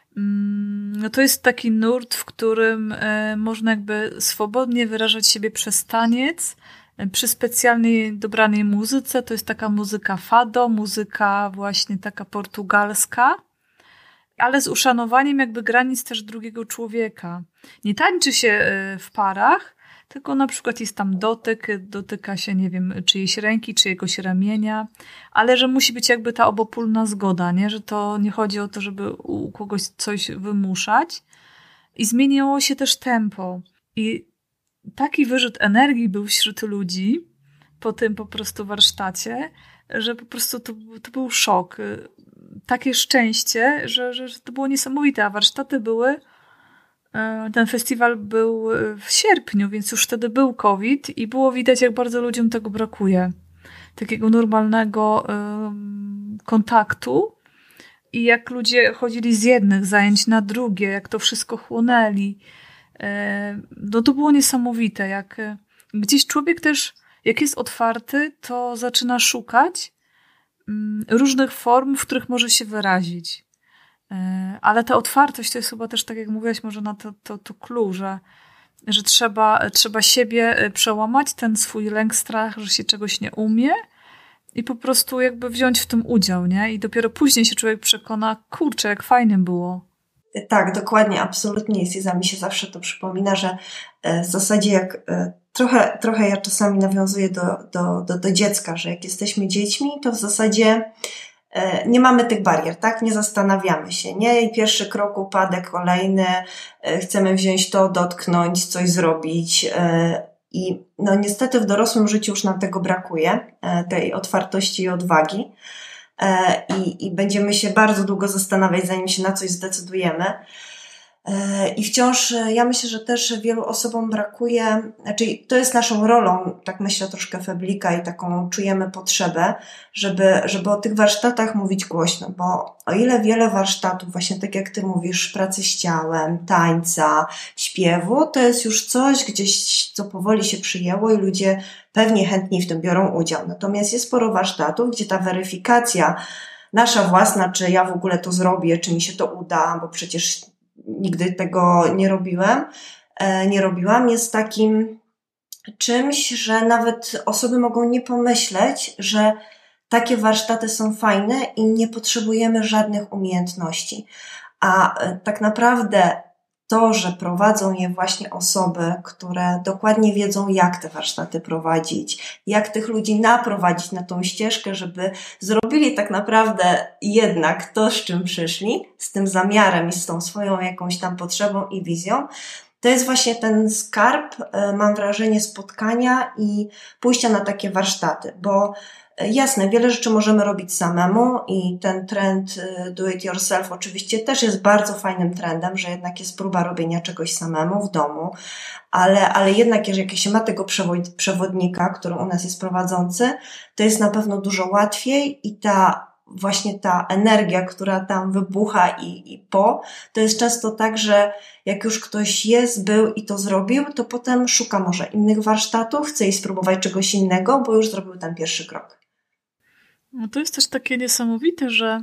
[SPEAKER 1] To jest taki nurt, w którym można jakby swobodnie wyrażać siebie przez taniec, przy specjalnie dobranej muzyce. To jest taka muzyka fado, muzyka właśnie taka portugalska, ale z uszanowaniem jakby granic też drugiego człowieka. Nie tańczy się w parach, tylko na przykład jest tam dotyka się, nie wiem, czyjejś ręki, czyjegoś ramienia, ale że musi być jakby ta obopólna zgoda, nie? Że to nie chodzi o to, żeby u kogoś coś wymuszać. I zmieniło się też tempo. I taki wyrzut energii był wśród ludzi po tym po prostu warsztacie, że po prostu to był szok. Takie szczęście, że to było niesamowite, a warsztaty były, ten festiwal był w sierpniu, więc już wtedy był COVID i było widać, jak bardzo ludziom tego brakuje. Takiego normalnego kontaktu i jak ludzie chodzili z jednych zajęć na drugie, jak to wszystko chłonęli. To było niesamowite, jak gdzieś człowiek też, jak jest otwarty, to zaczyna szukać różnych form, w których może się wyrazić. Ale ta otwartość to jest chyba też, tak jak mówiłaś, może na to clue, że trzeba siebie przełamać, ten swój lęk, strach, że się czegoś nie umie i po prostu jakby wziąć w tym udział, nie? I dopiero później się człowiek przekona, kurczę, jak fajnie było.
[SPEAKER 3] Tak, dokładnie, absolutnie jest. I mi się zawsze to przypomina, że w zasadzie jak trochę ja czasami nawiązuję do dziecka, że jak jesteśmy dziećmi, to w zasadzie nie mamy tych barier, tak? Nie zastanawiamy się, nie? I pierwszy krok, upadek, kolejny, chcemy wziąć to, dotknąć, coś zrobić. I no niestety w dorosłym życiu już nam tego brakuje, tej otwartości i odwagi. I będziemy się bardzo długo zastanawiać, zanim się na coś zdecydujemy. I wciąż ja myślę, że też wielu osobom brakuje, znaczy to jest naszą rolą, tak myślę troszkę Feblika i taką czujemy potrzebę, żeby o tych warsztatach mówić głośno, bo o ile wiele warsztatów, właśnie tak jak ty mówisz, pracy z ciałem, tańca, śpiewu, to jest już coś gdzieś, co powoli się przyjęło i ludzie pewnie chętniej w tym biorą udział. Natomiast jest sporo warsztatów, gdzie ta weryfikacja nasza własna, czy ja w ogóle to zrobię, czy mi się to uda, bo przecież nigdy tego nie robiłam, jest takim czymś, że nawet osoby mogą nie pomyśleć, że takie warsztaty są fajne i nie potrzebujemy żadnych umiejętności. A tak naprawdę to, że prowadzą je właśnie osoby, które dokładnie wiedzą, jak te warsztaty prowadzić, jak tych ludzi naprowadzić na tą ścieżkę, żeby zrobili tak naprawdę jednak to, z czym przyszli, z tym zamiarem i z tą swoją jakąś tam potrzebą i wizją, to jest właśnie ten skarb, mam wrażenie, spotkania i pójścia na takie warsztaty, bo jasne, wiele rzeczy możemy robić samemu i ten trend do it yourself oczywiście też jest bardzo fajnym trendem, że jednak jest próba robienia czegoś samemu w domu, ale jednak jeżeli się ma tego przewodnika, który u nas jest prowadzący, to jest na pewno dużo łatwiej i właśnie ta energia, która tam wybucha to jest często tak, że jak już ktoś był i to zrobił, to potem szuka może innych warsztatów, chce iść spróbować czegoś innego, bo już zrobił ten pierwszy krok.
[SPEAKER 1] No to jest też takie niesamowite, że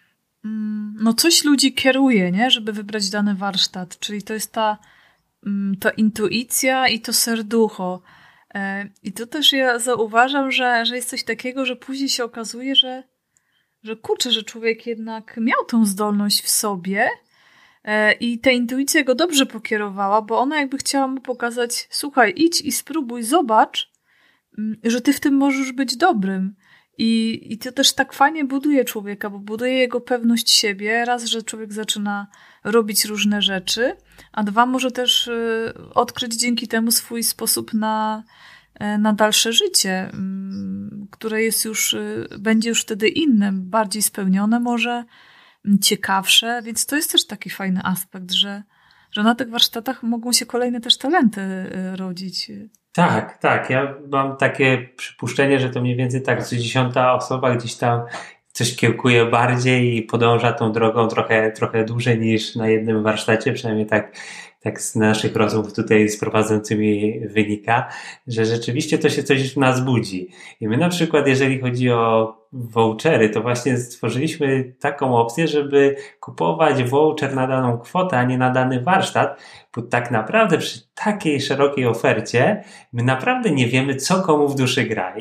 [SPEAKER 1] coś ludzi kieruje, nie? Żeby wybrać dany warsztat. Czyli to jest ta intuicja i to serducho. I to też ja zauważam, że jest coś takiego, że później się okazuje, że kurczę, że człowiek jednak miał tą zdolność w sobie i ta intuicja go dobrze pokierowała, bo ona jakby chciała mu pokazać, słuchaj, idź i spróbuj, zobacz, że ty w tym możesz być dobrym. I to też tak fajnie buduje człowieka, bo buduje jego pewność siebie. Raz, że człowiek zaczyna robić różne rzeczy, a dwa, może też odkryć dzięki temu swój sposób na dalsze życie, które jest będzie już wtedy inne, bardziej spełnione może, ciekawsze, więc to jest też taki fajny aspekt, że na tych warsztatach mogą się kolejne też talenty rodzić.
[SPEAKER 2] Tak. Ja mam takie przypuszczenie, że to mniej więcej tak co 10. osoba gdzieś tam coś kiełkuje bardziej i podąża tą drogą trochę dłużej niż na jednym warsztacie, przynajmniej tak z naszych rozmów tutaj z prowadzącymi wynika, że rzeczywiście to się coś w nas budzi. I my na przykład, jeżeli chodzi o vouchery, to właśnie stworzyliśmy taką opcję, żeby kupować voucher na daną kwotę, a nie na dany warsztat, bo tak naprawdę przy takiej szerokiej ofercie my naprawdę nie wiemy, co komu w duszy gra.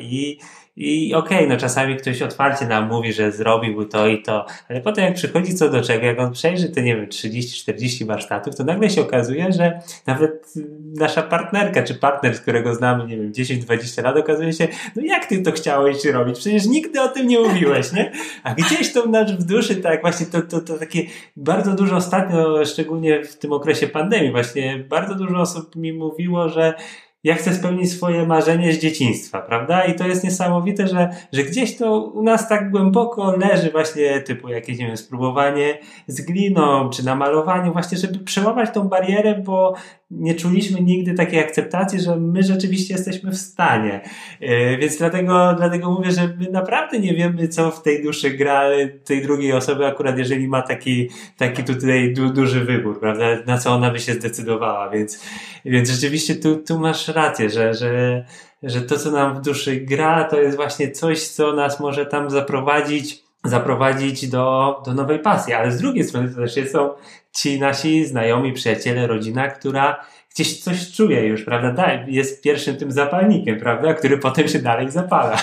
[SPEAKER 2] I okej, no czasami ktoś otwarcie nam mówi, że zrobiłby to i to, ale potem jak przychodzi co do czego, jak on przejrzy te, nie wiem, 30-40 warsztatów, to nagle się okazuje, że nawet nasza partnerka czy partner, z którego znamy, nie wiem, 10-20 lat, okazuje się, no jak ty to chciałeś robić? Przecież nigdy o tym nie mówiłeś, nie? A gdzieś to w duszy, tak właśnie to takie bardzo dużo ostatnio, szczególnie w tym okresie pandemii, właśnie bardzo dużo osób mi mówiło, że ja chcę spełnić swoje marzenie z dzieciństwa, prawda? I to jest niesamowite, że gdzieś to u nas tak głęboko leży właśnie typu jakieś, nie wiem, spróbowanie z gliną, czy namalowanie właśnie, żeby przełamać tą barierę, bo nie czuliśmy nigdy takiej akceptacji, że my rzeczywiście jesteśmy w stanie. Więc dlatego mówię, że my naprawdę nie wiemy, co w tej duszy gra tej drugiej osoby, akurat jeżeli ma taki tutaj duży wybór, prawda? Na co ona by się zdecydowała, więc rzeczywiście tu masz rację, że to, co nam w duszy gra, to jest właśnie coś, co nas może tam zaprowadzić do nowej pasji, ale z drugiej strony to też są ci nasi znajomi, przyjaciele, rodzina, która gdzieś coś czuje już, prawda? Jest pierwszym tym zapalnikiem, prawda? Który potem się dalej zapala.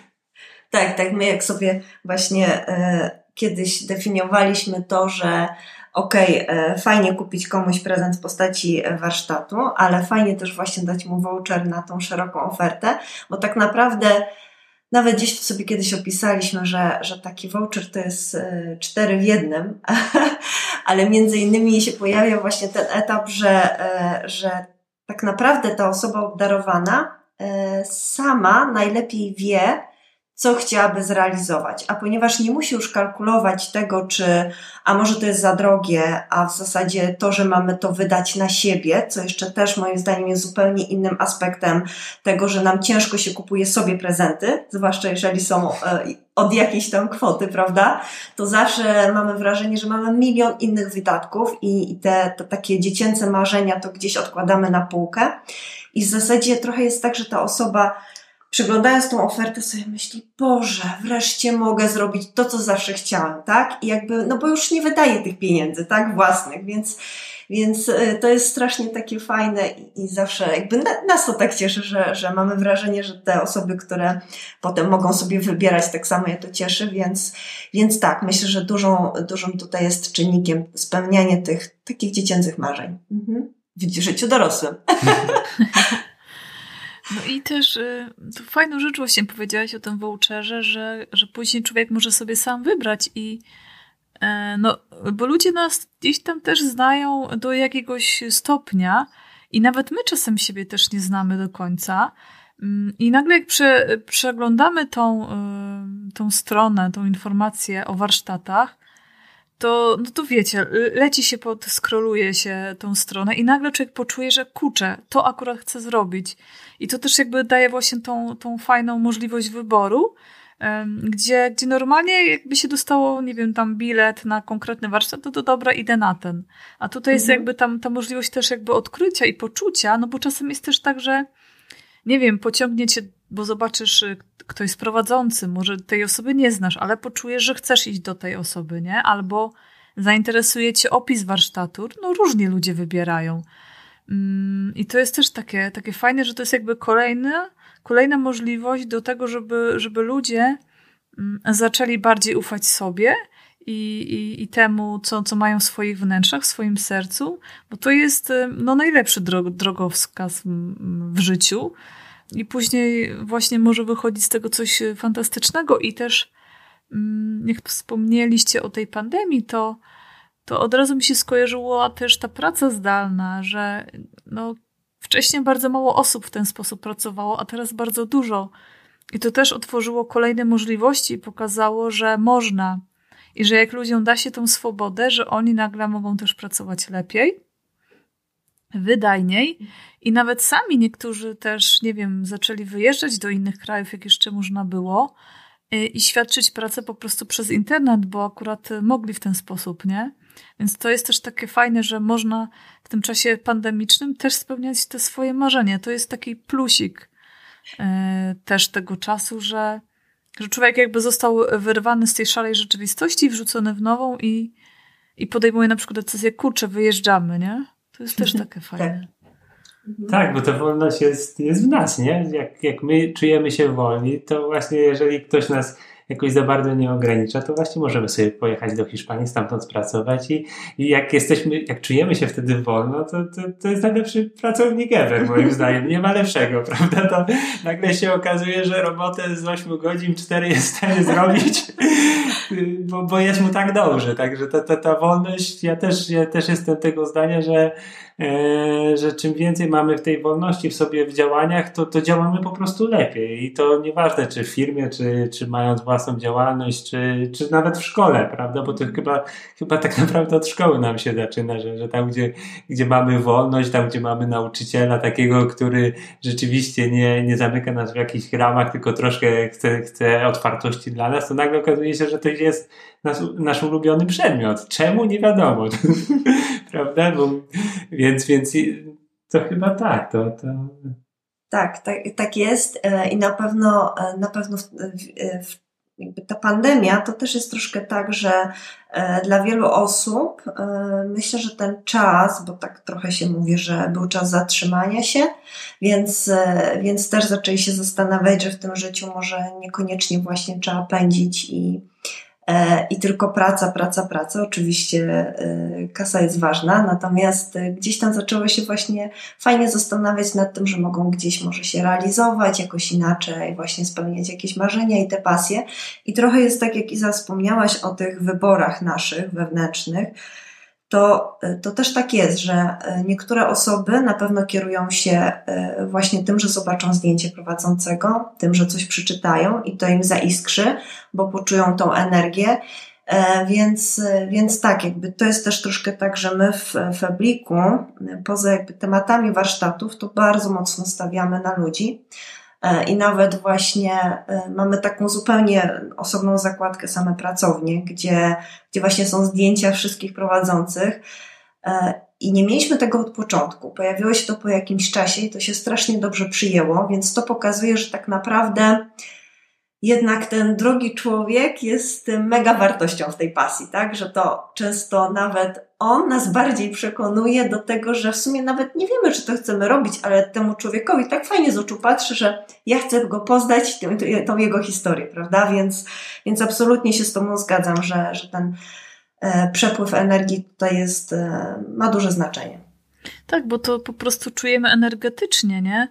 [SPEAKER 3] Tak, my jak sobie właśnie kiedyś definiowaliśmy to, że fajnie kupić komuś prezent w postaci warsztatu, ale fajnie też właśnie dać mu voucher na tą szeroką ofertę, bo tak naprawdę nawet gdzieś sobie kiedyś opisaliśmy, że taki voucher to jest 4 w 1, ale między innymi się pojawia właśnie ten etap, że tak naprawdę ta osoba obdarowana sama najlepiej wie, co chciałaby zrealizować, a ponieważ nie musi już kalkulować tego, a może to jest za drogie, a w zasadzie to, że mamy to wydać na siebie, co jeszcze też moim zdaniem jest zupełnie innym aspektem tego, że nam ciężko się kupuje sobie prezenty, zwłaszcza jeżeli są od jakiejś tam kwoty, prawda, to zawsze mamy wrażenie, że mamy milion innych wydatków i te takie dziecięce marzenia to gdzieś odkładamy na półkę i w zasadzie trochę jest tak, że ta osoba przyglądając tą ofertę sobie myśli, Boże, wreszcie mogę zrobić to, co zawsze chciałam, tak? I jakby, bo już nie wydaję tych pieniędzy, tak? Własnych, więc to jest strasznie takie fajne i zawsze jakby nas to tak cieszy, że mamy wrażenie, że te osoby, które potem mogą sobie wybierać, tak samo je to cieszy, więc tak, myślę, że dużym tutaj jest czynnikiem spełnianie tych takich dziecięcych marzeń w życiu dorosłym.
[SPEAKER 1] No i też to fajną rzecz właśnie powiedziałaś o tym voucherze, że później człowiek może sobie sam wybrać bo ludzie nas gdzieś tam też znają do jakiegoś stopnia i nawet my czasem siebie też nie znamy do końca i nagle jak przeglądamy tą stronę, tą informację o warsztatach, to wiecie, leci się scrolluje się tą stronę i nagle człowiek poczuje, że kurczę, to akurat chce zrobić. I to też jakby daje właśnie tą fajną możliwość wyboru, gdzie normalnie jakby się dostało, nie wiem, tam bilet na konkretny warsztat, to dobra, idę na ten. A tutaj jest jakby tam ta możliwość też jakby odkrycia i poczucia, bo czasem jest też tak, że nie wiem, pociągnie cię, bo zobaczysz, ktoś jest prowadzący, może tej osoby nie znasz, ale poczujesz, że chcesz iść do tej osoby, nie? Albo zainteresuje cię opis warsztatu. Różnie ludzie wybierają. I to jest też takie fajne, że to jest jakby kolejna możliwość do tego, żeby ludzie zaczęli bardziej ufać sobie i temu, co mają w swoich wnętrzach, w swoim sercu, bo to jest najlepszy drogowskaz w życiu. i później właśnie może wychodzić z tego coś fantastycznego i też jak wspomnieliście o tej pandemii, to od razu mi się skojarzyła też ta praca zdalna, że no, wcześniej bardzo mało osób w ten sposób pracowało, a teraz bardzo dużo. I to też otworzyło kolejne możliwości i pokazało, że można. I że jak ludziom da się tą swobodę, że oni nagle mogą też pracować lepiej, wydajniej i nawet sami niektórzy też, nie wiem, zaczęli wyjeżdżać do innych krajów, jak jeszcze można było i świadczyć pracę po prostu przez internet, bo akurat mogli w ten sposób, nie? Więc to jest też takie fajne, że można w tym czasie pandemicznym też spełniać te swoje marzenia. To jest taki plusik też tego czasu, że człowiek jakby został wyrwany z tej szarej rzeczywistości i wrzucony w nową i podejmuje na przykład decyzję, kurczę, wyjeżdżamy, nie? To jest też takie fajne.
[SPEAKER 2] Tak, bo ta wolność jest w nas, nie? Jak my czujemy się wolni, to właśnie jeżeli ktoś nas jakoś za bardzo nie ogranicza, to właśnie możemy sobie pojechać do Hiszpanii, stamtąd pracować i jak czujemy się wtedy wolno, to jest najlepszy pracownik ever, moim zdaniem. Nie ma lepszego, prawda? To nagle się okazuje, że robotę z 8 godzin 4 jest w stanie zrobić, bo jest mu tak dobrze. Także ta wolność, ja też jestem tego zdania, że czym więcej mamy w tej wolności w sobie w działaniach, to działamy po prostu lepiej. I to nieważne, czy w firmie, czy mając własną działalność, czy nawet w szkole, prawda? Bo to chyba tak naprawdę od szkoły nam się zaczyna, że tam, gdzie mamy wolność, tam, gdzie mamy nauczyciela takiego, który rzeczywiście nie zamyka nas w jakichś ramach, tylko troszkę chce otwartości dla nas, to nagle okazuje się, że to jest nasz ulubiony przedmiot. Czemu? Nie wiadomo. Prawda? Więc to chyba tak.
[SPEAKER 3] Tak jest i na pewno jakby ta pandemia to też jest troszkę tak, że dla wielu osób myślę, że ten czas, bo tak trochę się mówi, że był czas zatrzymania się, więc też zaczęli się zastanawiać, że w tym życiu może niekoniecznie właśnie trzeba pędzić i tylko praca. Oczywiście kasa jest ważna, natomiast gdzieś tam zaczęły się właśnie fajnie zastanawiać nad tym, że mogą gdzieś może się realizować jakoś inaczej, właśnie spełniać jakieś marzenia i te pasje. I trochę jest tak, jak Iza wspomniałaś o tych wyborach naszych wewnętrznych, to też tak jest, że niektóre osoby na pewno kierują się właśnie tym, że zobaczą zdjęcie prowadzącego, tym, że coś przeczytają i to im zaiskrzy, bo poczują tą energię. Więc tak, jakby to jest też troszkę tak, że my w Febliku, poza jakby tematami warsztatów, to bardzo mocno stawiamy na ludzi. I nawet właśnie mamy taką zupełnie osobną zakładkę, same pracownie, gdzie właśnie są zdjęcia wszystkich prowadzących i nie mieliśmy tego od początku. Pojawiło się to po jakimś czasie i to się strasznie dobrze przyjęło, więc to pokazuje, że tak naprawdę jednak ten drugi człowiek jest mega wartością w tej pasji, tak? Że to często nawet on nas bardziej przekonuje do tego, że w sumie nawet nie wiemy, czy to chcemy robić, ale temu człowiekowi tak fajnie z oczu patrzy, że ja chcę go poznać, tą jego historię, prawda? Więc absolutnie się z tobą zgadzam, że ten przepływ energii tutaj ma duże znaczenie.
[SPEAKER 1] Tak, bo to po prostu czujemy energetycznie, nie?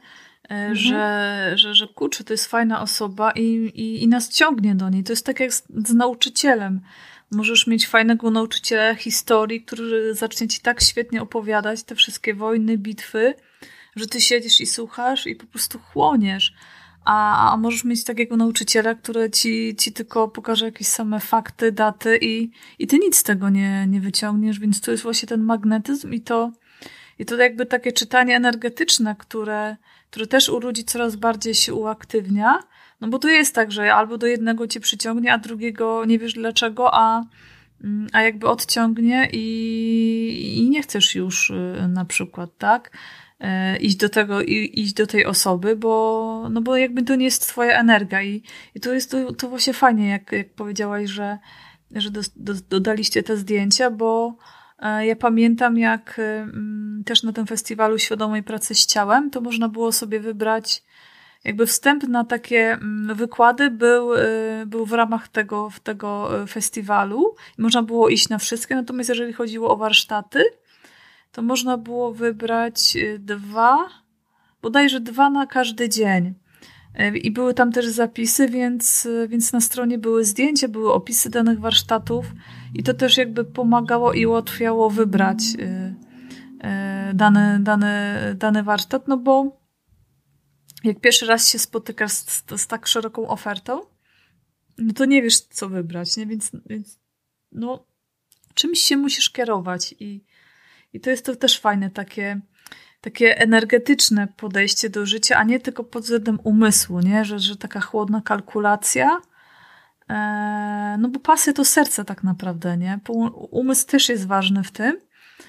[SPEAKER 1] Że kurczę, to jest fajna osoba i nas ciągnie do niej. To jest tak jak z nauczycielem. Możesz mieć fajnego nauczyciela historii, który zacznie ci tak świetnie opowiadać te wszystkie wojny, bitwy, że ty siedzisz i słuchasz i po prostu chłoniesz. A możesz mieć takiego nauczyciela, który ci tylko pokaże jakieś same fakty, daty i ty nic z tego nie wyciągniesz, więc to jest właśnie ten magnetyzm i to jakby takie czytanie energetyczne, które też u ludzi coraz bardziej się uaktywnia, no bo to jest tak, że albo do jednego cię przyciągnie, a drugiego nie wiesz dlaczego, a jakby odciągnie i nie chcesz już na przykład, tak, iść do tej osoby, bo jakby to nie jest twoja energia i to jest to właśnie fajnie, jak powiedziałaś, że dodaliście te zdjęcia, bo ja pamiętam, jak też na tym festiwalu świadomej pracy z ciałem, to można było sobie wybrać, jakby wstęp na takie wykłady był w ramach tego festiwalu i można było iść na wszystkie, natomiast jeżeli chodziło o warsztaty, to można było wybrać 2 bodajże 2 na każdy dzień. I były tam też zapisy, więc na stronie były zdjęcia, były opisy danych warsztatów i to też jakby pomagało i ułatwiało wybrać dany warsztat, no bo jak pierwszy raz się spotykasz z tak szeroką ofertą, no to nie wiesz, co wybrać, nie? Więc no, czymś się musisz kierować i to jest to też fajne, takie energetyczne podejście do życia, a nie tylko pod względem umysłu, nie? Że taka chłodna kalkulacja, no bo pasja to serce tak naprawdę, nie? Umysł też jest ważny w tym,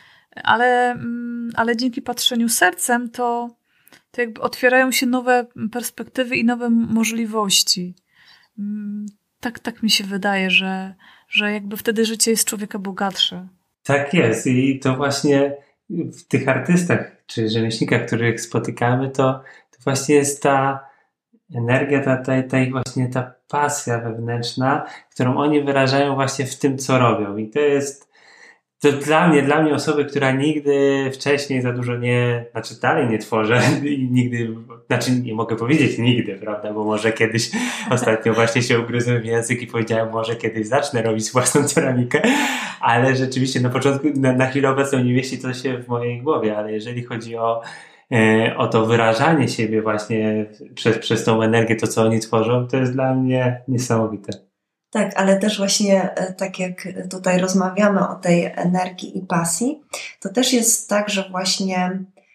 [SPEAKER 1] ale dzięki patrzeniu sercem to jakby otwierają się nowe perspektywy i nowe możliwości. Tak mi się wydaje, że jakby wtedy życie jest człowieka bogatsze. Tak
[SPEAKER 2] jest i to właśnie w tych artystach czy rzemieślnikach, których spotykamy, to właśnie jest ta energia, ta pasja wewnętrzna, którą oni wyrażają właśnie w tym, co robią. I to dla mnie osoby, która nigdy wcześniej za dużo dalej nie tworzę i nigdy, nie mogę powiedzieć nigdy, prawda, bo może kiedyś ostatnio właśnie się ugryzłem w język i powiedziałem, może kiedyś zacznę robić własną ceramikę, ale rzeczywiście na początku, na chwilę obecną nie mieści to się w mojej głowie, ale jeżeli chodzi o to wyrażanie siebie właśnie przez tą energię, to co oni tworzą, to jest dla mnie niesamowite.
[SPEAKER 3] Tak, ale też właśnie tak jak tutaj rozmawiamy o tej energii i pasji, to też jest tak, że właśnie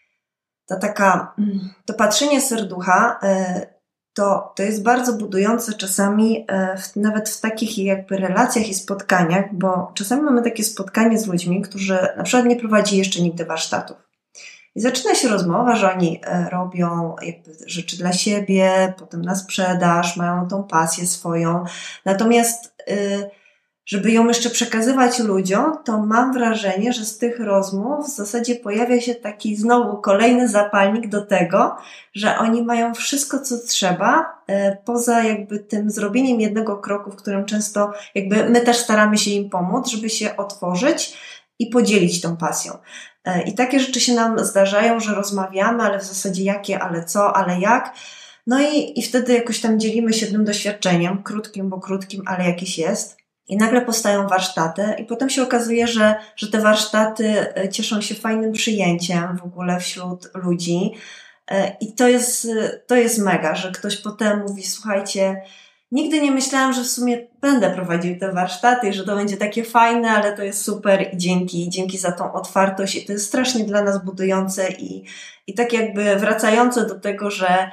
[SPEAKER 3] to patrzenie serducha to jest bardzo budujące czasami nawet w takich jakby relacjach i spotkaniach, bo czasami mamy takie spotkanie z ludźmi, którzy na przykład nie prowadzili jeszcze nigdy warsztatów. I zaczyna się rozmowa, że oni robią jakby rzeczy dla siebie, potem na sprzedaż, mają tą pasję swoją. Natomiast żeby ją jeszcze przekazywać ludziom, to mam wrażenie, że z tych rozmów w zasadzie pojawia się taki znowu kolejny zapalnik do tego, że oni mają wszystko, co trzeba, poza jakby tym zrobieniem jednego kroku, w którym często jakby my też staramy się im pomóc, żeby się otworzyć i podzielić tą pasją. I takie rzeczy się nam zdarzają, że rozmawiamy, ale w zasadzie jakie, ale co, ale jak. No i wtedy jakoś tam dzielimy się tym doświadczeniem, krótkim, bo krótkim, ale jakieś jest. I nagle powstają warsztaty i potem się okazuje, że te warsztaty cieszą się fajnym przyjęciem w ogóle wśród ludzi. I to jest mega, że ktoś potem mówi, słuchajcie, nigdy nie myślałam, że w sumie będę prowadził te warsztaty i że to będzie takie fajne, ale to jest super i dzięki za tą otwartość i to jest strasznie dla nas budujące i tak jakby wracające do tego,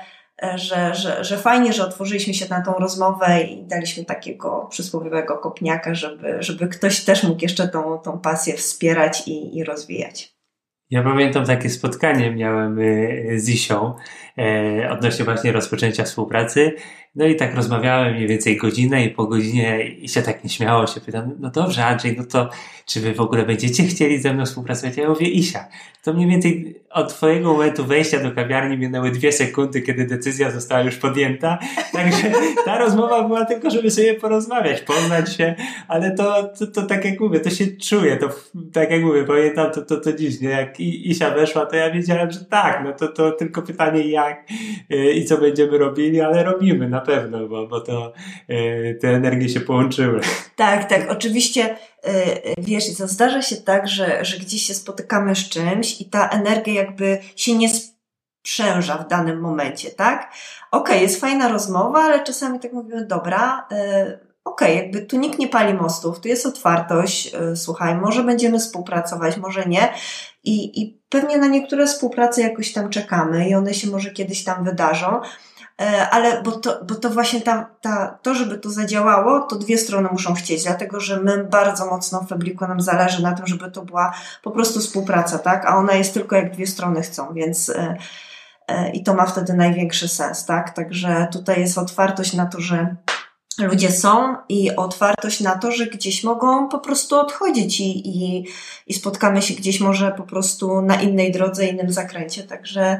[SPEAKER 3] że fajnie, że otworzyliśmy się na tą rozmowę i daliśmy takiego przysłowiowego kopniaka, żeby ktoś też mógł jeszcze tą pasję wspierać i rozwijać.
[SPEAKER 2] Ja pamiętam takie spotkanie miałem z Isią odnośnie właśnie rozpoczęcia współpracy. No i tak rozmawiałem mniej więcej godzinę i po godzinie Isia tak nieśmiało się pyta, no dobrze Andrzej, no to czy wy w ogóle będziecie chcieli ze mną współpracować? Ja mówię, Isia, to mniej więcej od twojego momentu wejścia do kawiarni minęły 2 sekundy, kiedy decyzja została już podjęta. Także ta rozmowa była tylko, żeby sobie porozmawiać, poznać się, ale to tak jak mówię, to się czuje, to tak jak mówię, pamiętam to dziś, nie? Jak Isia weszła, to ja wiedziałem, że tak, no to tylko pytanie jak i co będziemy robili, ale robimy na pewno, bo to te energie się połączyły.
[SPEAKER 3] Tak, oczywiście wiesz, to zdarza się tak, że gdzieś się spotykamy z czymś i ta energia jakby się nie sprzęża w danym momencie, tak? Okej, jest fajna rozmowa, ale czasami tak mówimy, dobra, jakby tu nikt nie pali mostów, tu jest otwartość, słuchaj, może będziemy współpracować, może nie i pewnie na niektóre współprace jakoś tam czekamy i one się może kiedyś tam wydarzą, ale bo to właśnie to, żeby to zadziałało, to 2 strony muszą chcieć, dlatego że my bardzo mocno w Febliku nam zależy na tym, żeby to była po prostu współpraca, tak? A ona jest tylko jak 2 strony chcą, więc i to ma wtedy największy sens, tak? Także tutaj jest otwartość na to, że ludzie są i otwartość na to, że gdzieś mogą po prostu odchodzić i spotkamy się gdzieś może po prostu na innej drodze, innym zakręcie, Także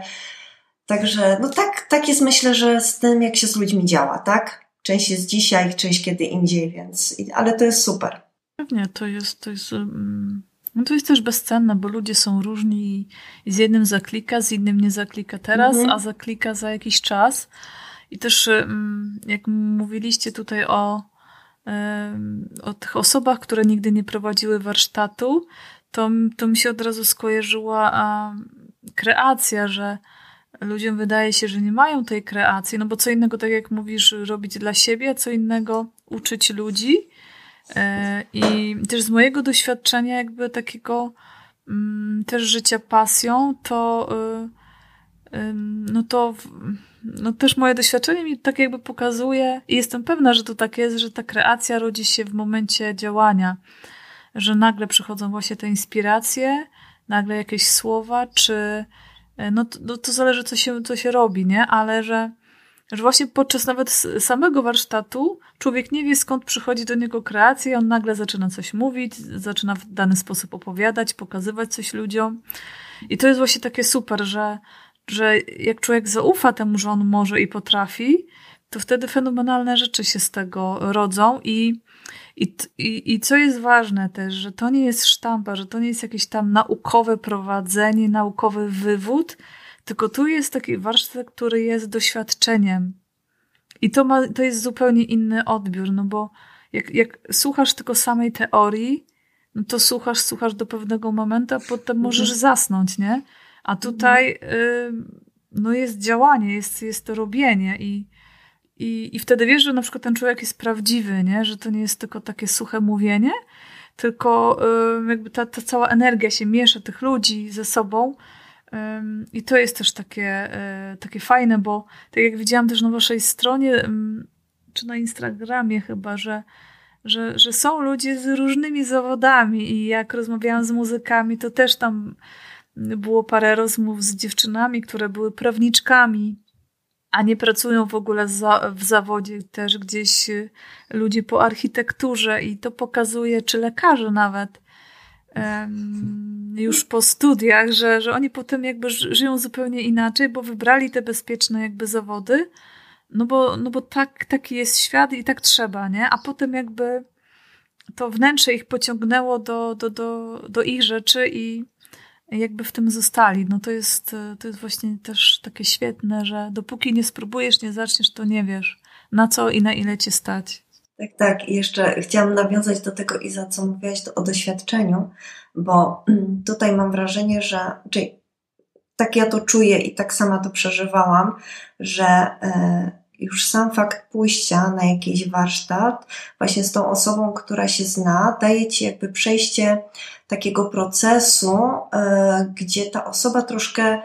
[SPEAKER 3] no tak jest myślę, że z tym jak się z ludźmi działa, tak? Część jest dzisiaj, część kiedy indziej, ale to jest super.
[SPEAKER 1] Pewnie, No to jest też bezcenne, bo ludzie są różni i z jednym zaklika, z innym nie zaklika teraz, a zaklika za jakiś czas. I też jak mówiliście tutaj o tych osobach, które nigdy nie prowadziły warsztatu, to mi się od razu skojarzyła kreacja, że ludziom wydaje się, że nie mają tej kreacji, no bo co innego, tak jak mówisz, robić dla siebie, a co innego uczyć ludzi. I też z mojego doświadczenia jakby takiego też życia pasją, no też moje doświadczenie mi tak jakby pokazuje i jestem pewna, że to tak jest, że ta kreacja rodzi się w momencie działania, że nagle przychodzą właśnie te inspiracje, nagle jakieś słowa, czy to zależy co się robi, nie? Ale że właśnie podczas nawet samego warsztatu człowiek nie wie, skąd przychodzi do niego kreacja i on nagle zaczyna coś mówić, zaczyna w dany sposób opowiadać, pokazywać coś ludziom. I to jest właśnie takie super, że jak człowiek zaufa temu, że on może i potrafi, to wtedy fenomenalne rzeczy się z tego rodzą i co jest ważne też, że to nie jest sztampa, że to nie jest jakieś tam naukowe prowadzenie, naukowy wywód, tylko tu jest taki warsztat, który jest doświadczeniem. I to jest zupełnie inny odbiór, no bo jak słuchasz tylko samej teorii, no to słuchasz do pewnego momentu, a potem możesz zasnąć, nie? A tutaj jest działanie, jest to robienie i wtedy wiesz, że na przykład ten człowiek jest prawdziwy, nie? Że to nie jest tylko takie suche mówienie, tylko jakby ta cała energia się miesza tych ludzi ze sobą. I to jest też takie fajne, bo tak jak widziałam też na waszej stronie, czy na Instagramie chyba, że są ludzie z różnymi zawodami i jak rozmawiałam z muzykami, to też tam było parę rozmów z dziewczynami, które były prawniczkami, a nie pracują w ogóle w zawodzie, też gdzieś ludzie po architekturze i to pokazuje, czy lekarze nawet już po studiach, że oni potem jakby żyją zupełnie inaczej, bo wybrali te bezpieczne jakby zawody, no bo taki jest świat i tak trzeba, nie? A potem jakby to wnętrze ich pociągnęło do ich rzeczy i jakby w tym zostali. No to jest właśnie też takie świetne, że dopóki nie spróbujesz, nie zaczniesz, to nie wiesz, na co i na ile cię stać.
[SPEAKER 3] Tak. I jeszcze chciałam nawiązać do tego, Iza, co mówiłaś o doświadczeniu, bo tutaj mam wrażenie, czyli tak ja to czuję i tak sama to przeżywałam, że już sam fakt pójścia na jakiś warsztat właśnie z tą osobą, która się zna, daje ci jakby przejście takiego procesu, gdzie ta osoba troszkę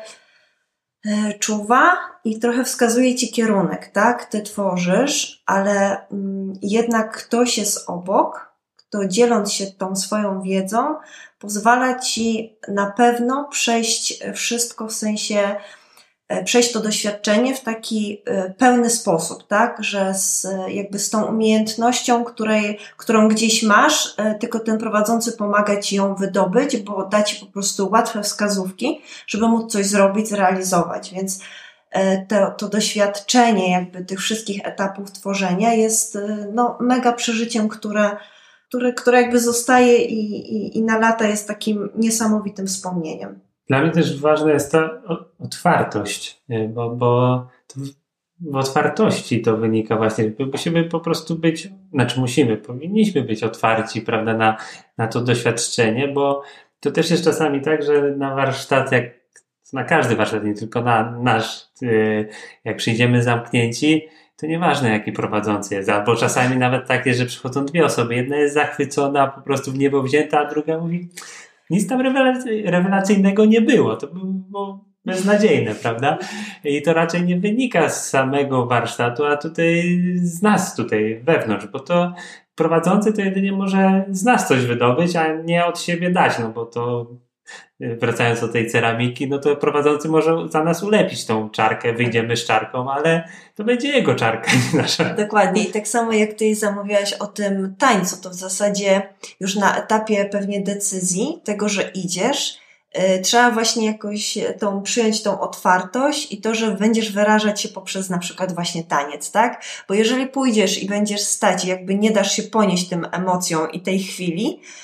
[SPEAKER 3] czuwa i trochę wskazuje ci kierunek, tak? Ty tworzysz, ale jednak ktoś jest obok, kto dzieląc się tą swoją wiedzą, pozwala ci na pewno przejść wszystko, w sensie przejść to doświadczenie w taki pełny sposób, tak? Że jakby z tą umiejętnością, którą gdzieś masz, tylko ten prowadzący pomaga ci ją wydobyć, bo da ci po prostu łatwe wskazówki, żeby móc coś zrobić, zrealizować. Więc to doświadczenie jakby tych wszystkich etapów tworzenia jest mega przeżyciem, które jakby zostaje i na lata jest takim niesamowitym wspomnieniem.
[SPEAKER 2] Dla mnie też ważna jest ta otwartość, bo w otwartości to wynika właśnie. Musimy po prostu powinniśmy być otwarci, prawda, na to doświadczenie, bo to też jest czasami tak, że na warsztat, na każdy warsztat, nie tylko na nasz, jak przyjdziemy zamknięci, to nieważne jaki prowadzący jest, albo czasami nawet takie, że przychodzą dwie osoby, jedna jest zachwycona, po prostu w niebo wzięta, a druga mówi, nic tam rewelacyjnego nie było, to było beznadziejne, prawda? I to raczej nie wynika z samego warsztatu, a tutaj z nas tutaj wewnątrz, bo to prowadzący to jedynie może z nas coś wydobyć, a nie od siebie dać, no bo to wracając do tej ceramiki, no to prowadzący może za nas ulepić tą czarkę, wyjdziemy z czarką, ale to będzie jego czarka, nie nasza.
[SPEAKER 3] Dokładnie. I tak samo jak ty zamówiłaś o tym tańcu, to w zasadzie już na etapie pewnie decyzji tego, że idziesz, trzeba właśnie jakoś przyjąć tą otwartość i to, że będziesz wyrażać się poprzez na przykład właśnie taniec, tak? Bo jeżeli pójdziesz i będziesz stać i jakby nie dasz się ponieść tym emocjom i tej chwili,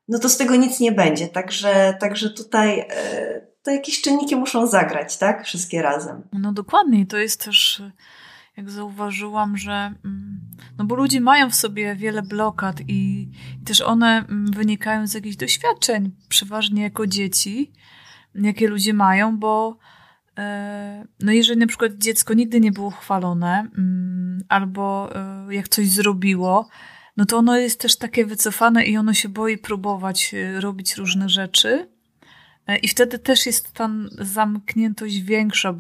[SPEAKER 3] no to z tego nic nie będzie. Także tutaj to jakieś czynniki muszą zagrać, tak? Wszystkie razem.
[SPEAKER 1] No dokładnie. I to jest też, jak zauważyłam, że no bo ludzie mają w sobie wiele blokad i też one wynikają z jakichś doświadczeń, przeważnie jako dzieci, jakie ludzie mają, bo no jeżeli na przykład dziecko nigdy nie było chwalone albo jak coś zrobiło, no to ono jest też takie wycofane i ono się boi próbować robić różne rzeczy i wtedy też jest ta zamkniętość większa,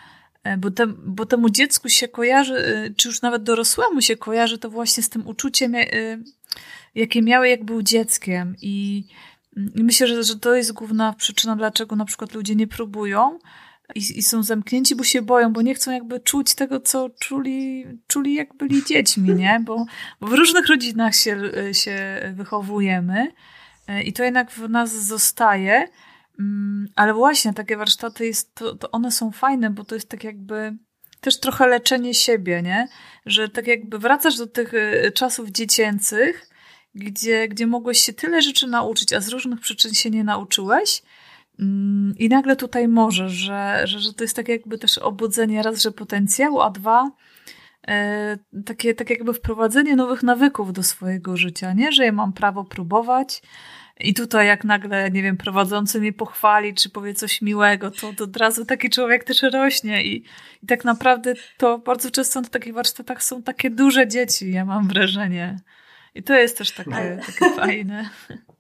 [SPEAKER 1] bo temu dziecku się kojarzy, czy już nawet dorosłemu się kojarzy to właśnie z tym uczuciem, jakie miały jak był dzieckiem i myślę, że to jest główna przyczyna, dlaczego na przykład ludzie nie próbują i są zamknięci, bo się boją, bo nie chcą jakby czuć tego, co czuli jak byli dziećmi, nie? Bo w różnych rodzinach się wychowujemy i to jednak w nas zostaje, ale właśnie takie warsztaty to one są fajne, bo to jest tak jakby też trochę leczenie siebie, nie? Że tak jakby wracasz do tych czasów dziecięcych, gdzie mogłeś się tyle rzeczy nauczyć, a z różnych przyczyn się nie nauczyłeś i nagle tutaj możesz, że to jest tak jakby też obudzenie raz, że potencjału, a dwa takie jakby wprowadzenie nowych nawyków do swojego życia, nie? Że ja mam prawo próbować i tutaj jak nagle, nie wiem, prowadzący mnie pochwali, czy powie coś miłego, to od razu taki człowiek też rośnie i tak naprawdę to bardzo często na takich warsztatach są takie duże dzieci, ja mam wrażenie. I to jest też takie fajne.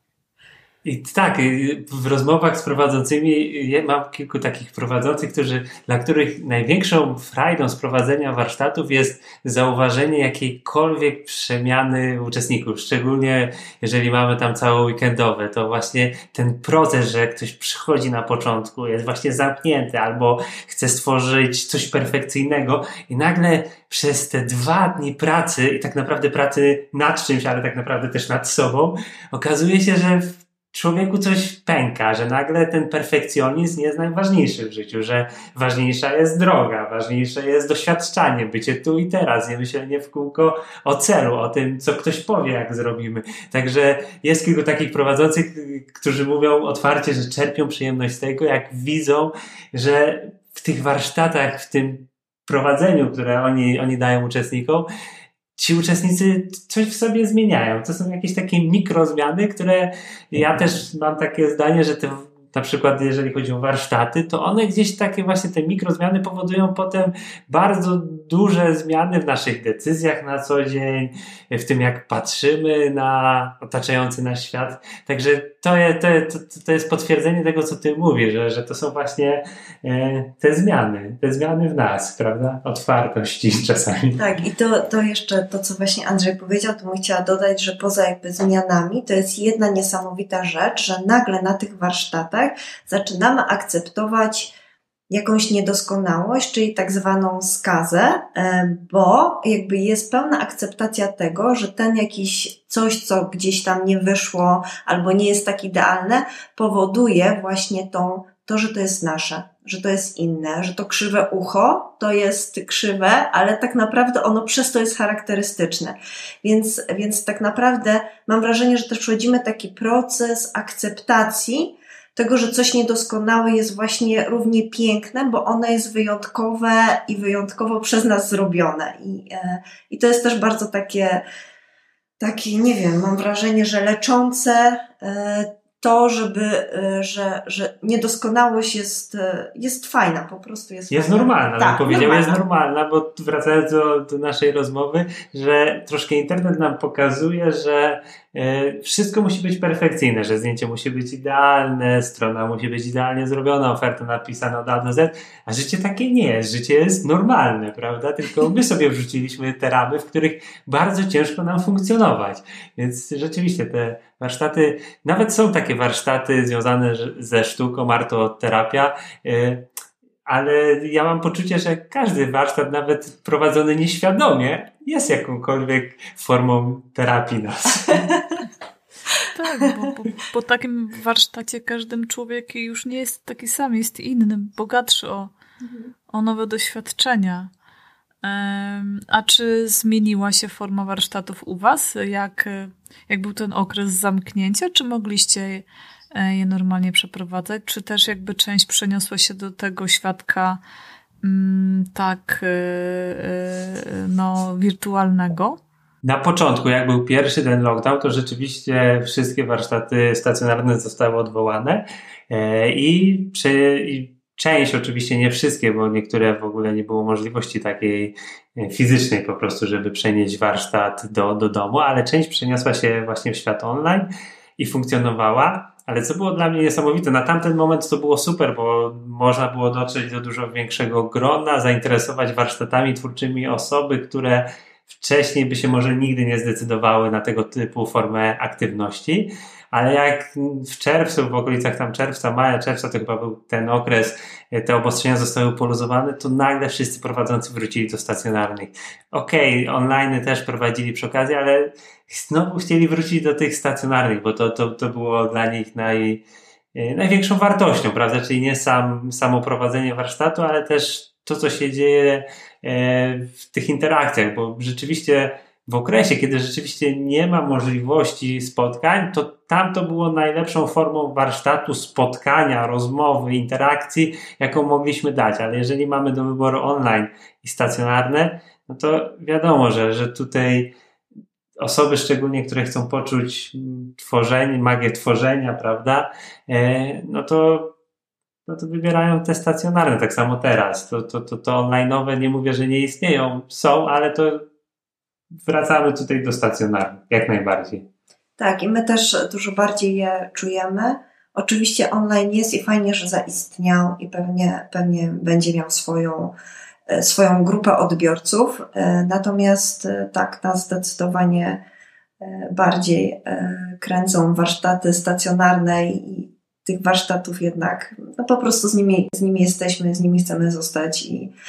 [SPEAKER 2] I tak, w rozmowach z prowadzącymi mam kilku takich prowadzących, dla których największą frajdą z prowadzenia warsztatów jest zauważenie jakiejkolwiek przemiany uczestników. Szczególnie jeżeli mamy tam całe weekendowe, to właśnie ten proces, że ktoś przychodzi na początku, jest właśnie zamknięty albo chce stworzyć coś perfekcyjnego i nagle przez te 2 dni pracy i tak naprawdę pracy nad czymś, ale tak naprawdę też nad sobą, okazuje się, że człowieku coś pęka, że nagle ten perfekcjonizm jest najważniejszy w życiu, że ważniejsza jest droga, ważniejsze jest doświadczanie, bycie tu i teraz, nie myślenie w kółko o celu, o tym, co ktoś powie, jak zrobimy. Także jest kilku takich prowadzących, którzy mówią otwarcie, że czerpią przyjemność z tego, jak widzą, że w tych warsztatach, w tym prowadzeniu, które oni dają uczestnikom, ci uczestnicy coś w sobie zmieniają. To są jakieś takie mikrozmiany, które ja też mam takie zdanie, że na przykład jeżeli chodzi o warsztaty, to one gdzieś takie właśnie te mikrozmiany powodują potem bardzo duże zmiany w naszych decyzjach na co dzień, w tym jak patrzymy na otaczający nas świat. Także to jest potwierdzenie tego, co ty mówisz, że to są właśnie te zmiany w nas, prawda? Otwartości czasami.
[SPEAKER 3] Tak, i to jeszcze to, co właśnie Andrzej powiedział, to bym chciała dodać, że poza jakby zmianami, to jest jedna niesamowita rzecz, że nagle na tych warsztatach zaczynamy akceptować jakąś niedoskonałość, czyli tak zwaną skazę, bo jakby jest pełna akceptacja tego, że ten jakiś coś, co gdzieś tam nie wyszło albo nie jest tak idealne, powoduje właśnie to, że to jest nasze, że to jest inne, że to krzywe ucho to jest krzywe, ale tak naprawdę ono przez to jest charakterystyczne. Więc tak naprawdę mam wrażenie, że też przechodzimy taki proces akceptacji tego, że coś niedoskonałe jest właśnie równie piękne, bo ono jest wyjątkowe i wyjątkowo przez nas zrobione. I to jest też bardzo takie, nie wiem, mam wrażenie, że leczące to, że niedoskonałość jest fajna, po prostu jest
[SPEAKER 2] fajna. Normalna, tak, bym powiedział, jest normalna, bo wracając do naszej rozmowy, że troszkę internet nam pokazuje, że wszystko musi być perfekcyjne, że zdjęcie musi być idealne, strona musi być idealnie zrobiona, oferta napisana od A do Z, a życie takie nie jest. Życie jest normalne, prawda? Tylko my sobie wrzuciliśmy te ramy, w których bardzo ciężko nam funkcjonować. Więc rzeczywiście te warsztaty, nawet są takie warsztaty związane ze sztuką, artoterapia, ale ja mam poczucie, że każdy warsztat, nawet prowadzony nieświadomie, jest jakąkolwiek formą terapii nas.
[SPEAKER 1] Tak, bo po takim warsztacie każdym człowiek już nie jest taki sam, jest inny, bogatszy o nowe doświadczenia. A czy zmieniła się forma warsztatów u Was? Jak był ten okres zamknięcia? Czy mogliście je normalnie przeprowadzać? Czy też jakby część przeniosła się do tego świadka wirtualnego?
[SPEAKER 2] Na początku, jak był pierwszy ten lockdown, to rzeczywiście wszystkie warsztaty stacjonarne zostały odwołane i część, oczywiście nie wszystkie, bo niektóre w ogóle nie było możliwości takiej fizycznej po prostu, żeby przenieść warsztat do domu, ale część przeniosła się właśnie w świat online i funkcjonowała. Ale co było dla mnie niesamowite, na tamten moment to było super, bo można było dotrzeć do dużo większego grona, zainteresować warsztatami twórczymi osoby, które wcześniej by się może nigdy nie zdecydowały na tego typu formę aktywności. Ale jak w czerwcu, w okolicach tam czerwca, maja, czerwca, to chyba był ten okres, te obostrzenia zostały poluzowane, to nagle wszyscy prowadzący wrócili do stacjonarnych. Okej, online też prowadzili przy okazji, ale znowu chcieli wrócić do tych stacjonarnych, bo to było dla nich największą wartością, prawda? Czyli nie samo prowadzenie warsztatu, ale też to, co się dzieje w tych interakcjach, bo rzeczywiście w okresie, kiedy rzeczywiście nie ma możliwości spotkań, to tam to było najlepszą formą warsztatu, spotkania, rozmowy, interakcji, jaką mogliśmy dać. Ale jeżeli mamy do wyboru online i stacjonarne, no to wiadomo, że tutaj osoby szczególnie, które chcą poczuć tworzenie, magię tworzenia, prawda, no to wybierają te stacjonarne. Tak samo teraz. To online'owe, nie mówię, że nie istnieją, są, ale to wracamy tutaj do stacjonarnych, jak najbardziej.
[SPEAKER 3] Tak, i my też dużo bardziej je czujemy. Oczywiście online jest i fajnie, że zaistniał i pewnie będzie miał swoją grupę odbiorców. Natomiast tak, nas zdecydowanie bardziej kręcą warsztaty stacjonarne i tych warsztatów jednak po prostu z nimi jesteśmy, z nimi chcemy zostać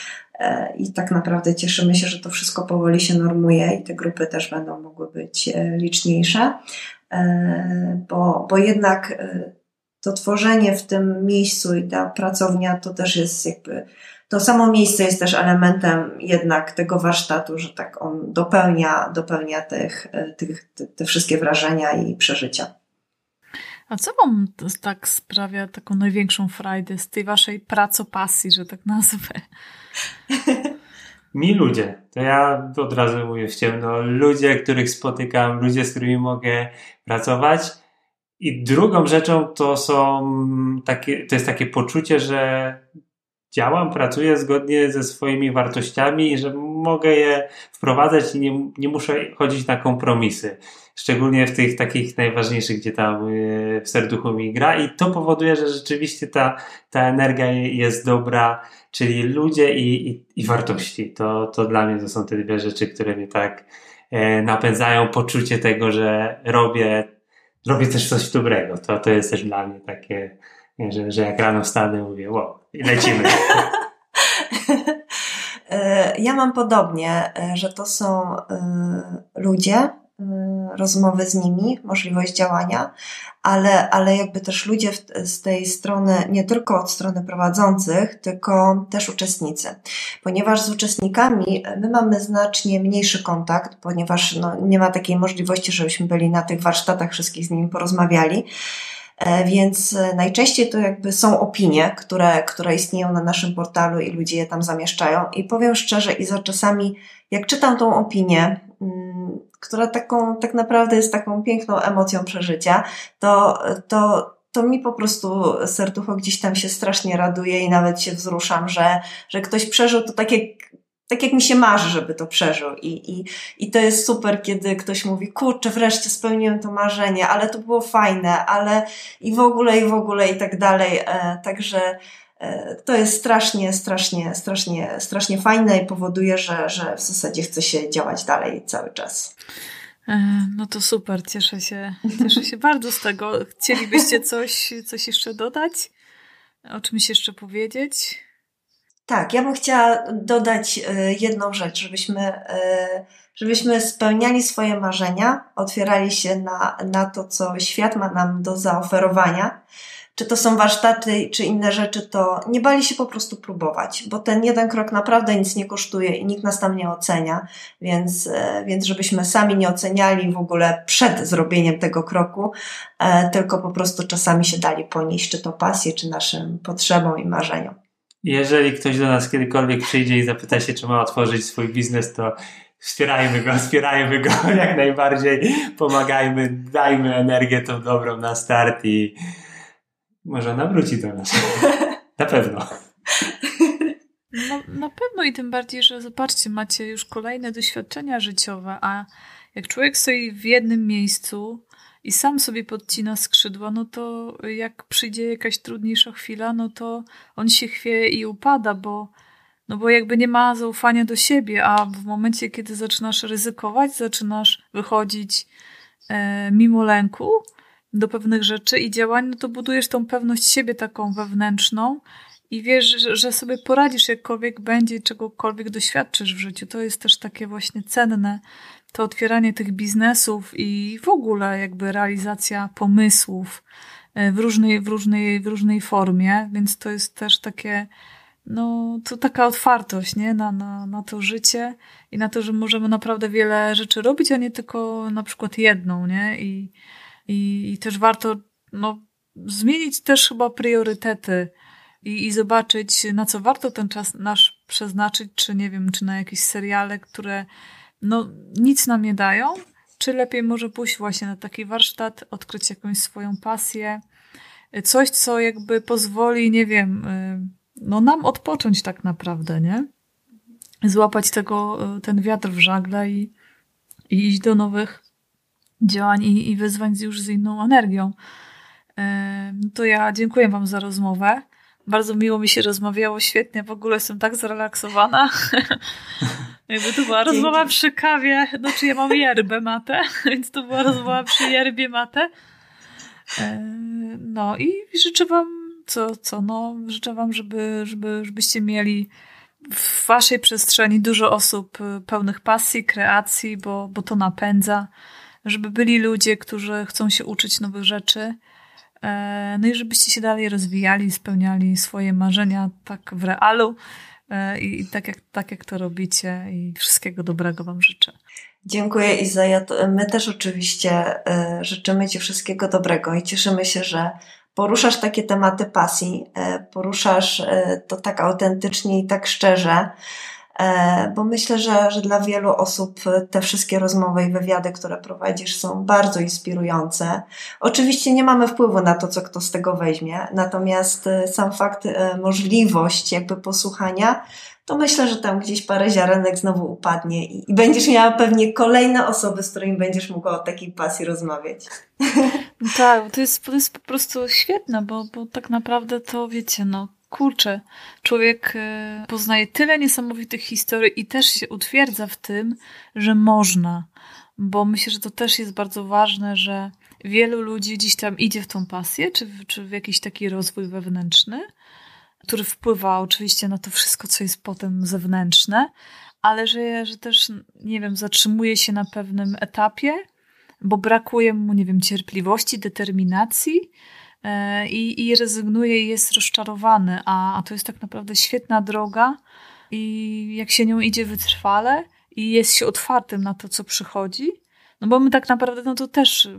[SPEAKER 3] i tak naprawdę cieszymy się, że to wszystko powoli się normuje i te grupy też będą mogły być liczniejsze, bo jednak to tworzenie w tym miejscu i ta pracownia to też jest jakby, to samo miejsce jest też elementem jednak tego warsztatu, że tak on dopełnia te wszystkie wrażenia i przeżycia.
[SPEAKER 1] A co Wam tak sprawia taką największą frajdę z tej Waszej pracopasji, że tak nazwę?
[SPEAKER 2] Mi ludzie. To ja od razu mówię w ciemno. Ludzie, których spotykam, ludzie, z którymi mogę pracować. I drugą rzeczą to jest takie poczucie, że pracuję zgodnie ze swoimi wartościami i że mogę je wprowadzać i nie muszę chodzić na kompromisy. Szczególnie w tych takich najważniejszych, gdzie tam w serduchu mi gra i to powoduje, że rzeczywiście ta energia jest dobra, czyli ludzie i wartości. To dla mnie to są te dwie rzeczy, które mnie tak napędzają, poczucie tego, że robię też coś dobrego. To jest też dla mnie takie, że jak rano wstanę, mówię, wow, i lecimy.
[SPEAKER 3] Ja mam podobnie, że to są ludzie, rozmowy z nimi, możliwość działania, ale jakby też ludzie z tej strony, nie tylko od strony prowadzących, tylko też uczestnicy. Ponieważ z uczestnikami my mamy znacznie mniejszy kontakt, ponieważ nie ma takiej możliwości, żebyśmy byli na tych warsztatach, wszystkich z nimi porozmawiali. Więc najczęściej to jakby są opinie, które istnieją na naszym portalu i ludzie je tam zamieszczają. I powiem szczerze, i za czasami jak czytam tą opinię, która tak naprawdę jest taką piękną emocją przeżycia, to mi po prostu serducho gdzieś tam się strasznie raduje i nawet się wzruszam, że ktoś przeżył to tak jak mi się marzy, żeby to przeżył. I to jest super, kiedy ktoś mówi, kurczę, wreszcie spełniłem to marzenie, ale to było fajne, ale i w ogóle i tak dalej. Także to jest strasznie fajne i powoduje, że w zasadzie chce się działać dalej cały czas.
[SPEAKER 1] No to super, cieszę się bardzo z tego. Chcielibyście coś jeszcze dodać? O czymś jeszcze powiedzieć?
[SPEAKER 3] Tak, ja bym chciała dodać jedną rzecz, żebyśmy spełniali swoje marzenia, otwierali się na to, co świat ma nam do zaoferowania. Czy to są warsztaty, czy inne rzeczy, to nie bali się po prostu próbować, bo ten jeden krok naprawdę nic nie kosztuje i nikt nas tam nie ocenia, więc żebyśmy sami nie oceniali w ogóle przed zrobieniem tego kroku, tylko po prostu czasami się dali ponieść, czy to pasji, czy naszym potrzebom i marzeniom.
[SPEAKER 2] Jeżeli ktoś do nas kiedykolwiek przyjdzie i zapyta się, czy ma otworzyć swój biznes, to wspierajmy go jak najbardziej, pomagajmy, dajmy energię tą dobrą na start i może ona wróci do nas. Na pewno.
[SPEAKER 1] No, na pewno i tym bardziej, że zobaczcie, macie już kolejne doświadczenia życiowe, a jak człowiek stoi w jednym miejscu i sam sobie podcina skrzydła, no to jak przyjdzie jakaś trudniejsza chwila, no to on się chwieje i upada, bo jakby nie ma zaufania do siebie, a w momencie, kiedy zaczynasz ryzykować, zaczynasz wychodzić mimo lęku do pewnych rzeczy i działań, no to budujesz tą pewność siebie taką wewnętrzną i wiesz, że sobie poradzisz jakkolwiek będzie, czegokolwiek doświadczysz w życiu. To jest też takie właśnie cenne, to otwieranie tych biznesów i w ogóle jakby realizacja pomysłów w różnej formie, więc to jest też takie, no to taka otwartość, nie? Na to życie i na to, że możemy naprawdę wiele rzeczy robić, a nie tylko na przykład jedną, nie? I też warto zmienić też chyba priorytety i zobaczyć, na co warto ten czas nasz przeznaczyć, czy nie wiem, czy na jakieś seriale, które nic nam nie dają, czy lepiej może pójść właśnie na taki warsztat, odkryć jakąś swoją pasję, coś, co jakby pozwoli, nie wiem, nam odpocząć tak naprawdę, nie? Złapać ten wiatr w żagle i iść do nowych działań i wyzwań już z inną energią. To ja dziękuję wam za rozmowę. Bardzo miło mi się rozmawiało, świetnie. W ogóle jestem tak zrelaksowana. Jakby to była rozmowa przy kawie. Znaczy ja mam yerbę matę, więc to była rozmowa przy yerbie matę. I życzę wam życzę wam, żebyście mieli w waszej przestrzeni dużo osób pełnych pasji, kreacji, bo to napędza. Żeby byli ludzie, którzy chcą się uczyć nowych rzeczy. I żebyście się dalej rozwijali, spełniali swoje marzenia tak w realu i tak jak to robicie i wszystkiego dobrego wam życzę.
[SPEAKER 3] Dziękuję, Iza. My też oczywiście życzymy ci wszystkiego dobrego i cieszymy się, że poruszasz takie tematy pasji, poruszasz to tak autentycznie i tak szczerze, bo myślę, że dla wielu osób te wszystkie rozmowy i wywiady, które prowadzisz, są bardzo inspirujące. Oczywiście nie mamy wpływu na to, co kto z tego weźmie, natomiast sam fakt, możliwość jakby posłuchania, to myślę, że tam gdzieś parę ziarenek znowu upadnie i będziesz miała pewnie kolejne osoby, z którymi będziesz mogła o takiej pasji rozmawiać.
[SPEAKER 1] Tak, to jest po prostu świetne, bo tak naprawdę to wiecie, kurczę, człowiek poznaje tyle niesamowitych historii i też się utwierdza w tym, że można, bo myślę, że to też jest bardzo ważne, że wielu ludzi gdzieś tam idzie w tą pasję, czy w jakiś taki rozwój wewnętrzny, który wpływa oczywiście na to wszystko, co jest potem zewnętrzne, ale że też, nie wiem, zatrzymuje się na pewnym etapie, bo brakuje mu, nie wiem, cierpliwości, determinacji, i rezygnuje i jest rozczarowany, a to jest tak naprawdę świetna droga i jak się nią idzie wytrwale i jest się otwartym na to, co przychodzi, bo my tak naprawdę, to też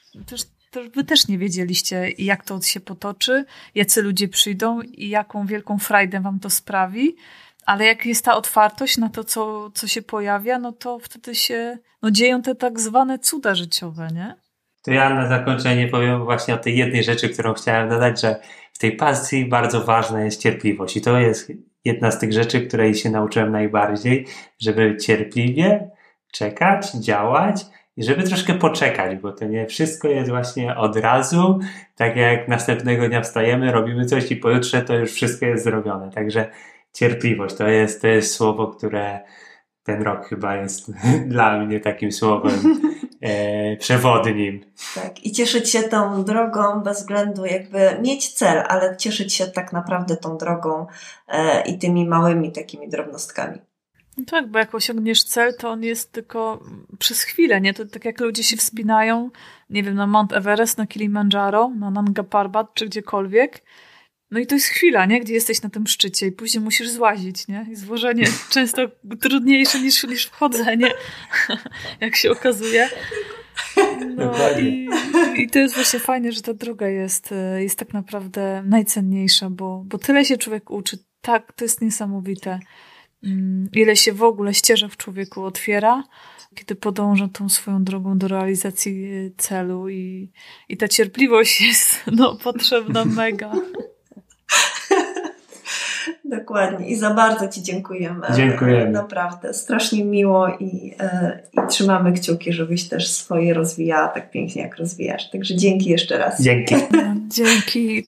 [SPEAKER 1] wy też nie wiedzieliście, jak to się potoczy, jacy ludzie przyjdą i jaką wielką frajdę wam to sprawi, ale jak jest ta otwartość na to, co się pojawia, to wtedy się dzieją te tak zwane cuda życiowe, nie?
[SPEAKER 2] To ja na zakończenie powiem właśnie o tej jednej rzeczy, którą chciałem dodać, że w tej pasji bardzo ważna jest cierpliwość i to jest jedna z tych rzeczy, której się nauczyłem najbardziej, żeby cierpliwie czekać, działać i żeby troszkę poczekać, bo to nie wszystko jest właśnie od razu, tak jak następnego dnia wstajemy, robimy coś i pojutrze to już wszystko jest zrobione, także cierpliwość to jest słowo, które ten rok chyba jest dla mnie takim słowem przewodnim.
[SPEAKER 3] Tak, i cieszyć się tą drogą bez względu jakby mieć cel, ale cieszyć się tak naprawdę tą drogą i tymi małymi takimi drobnostkami.
[SPEAKER 1] No tak, bo jak osiągniesz cel, to on jest tylko przez chwilę, nie? To tak jak ludzie się wspinają, nie wiem, na Mount Everest, na Kilimandżaro, na Nanga Parbat, czy gdziekolwiek. No i to jest chwila, nie? Gdzie jesteś na tym szczycie i później musisz złazić, nie? I złożenie często trudniejsze niż wchodzenie, jak się okazuje. No i to jest właśnie fajne, że ta droga jest tak naprawdę najcenniejsza, bo tyle się człowiek uczy. Tak, to jest niesamowite. Ile się w ogóle ścieżek w człowieku otwiera, kiedy podąża tą swoją drogą do realizacji celu i ta cierpliwość jest potrzebna mega.
[SPEAKER 3] Dokładnie. I za bardzo Ci dziękujemy.
[SPEAKER 2] Dziękujemy.
[SPEAKER 3] Naprawdę. Strasznie miło i trzymamy kciuki, żebyś też swoje rozwijała tak pięknie, jak rozwijasz. Także dzięki jeszcze raz.
[SPEAKER 2] Dzięki.
[SPEAKER 1] Dzięki.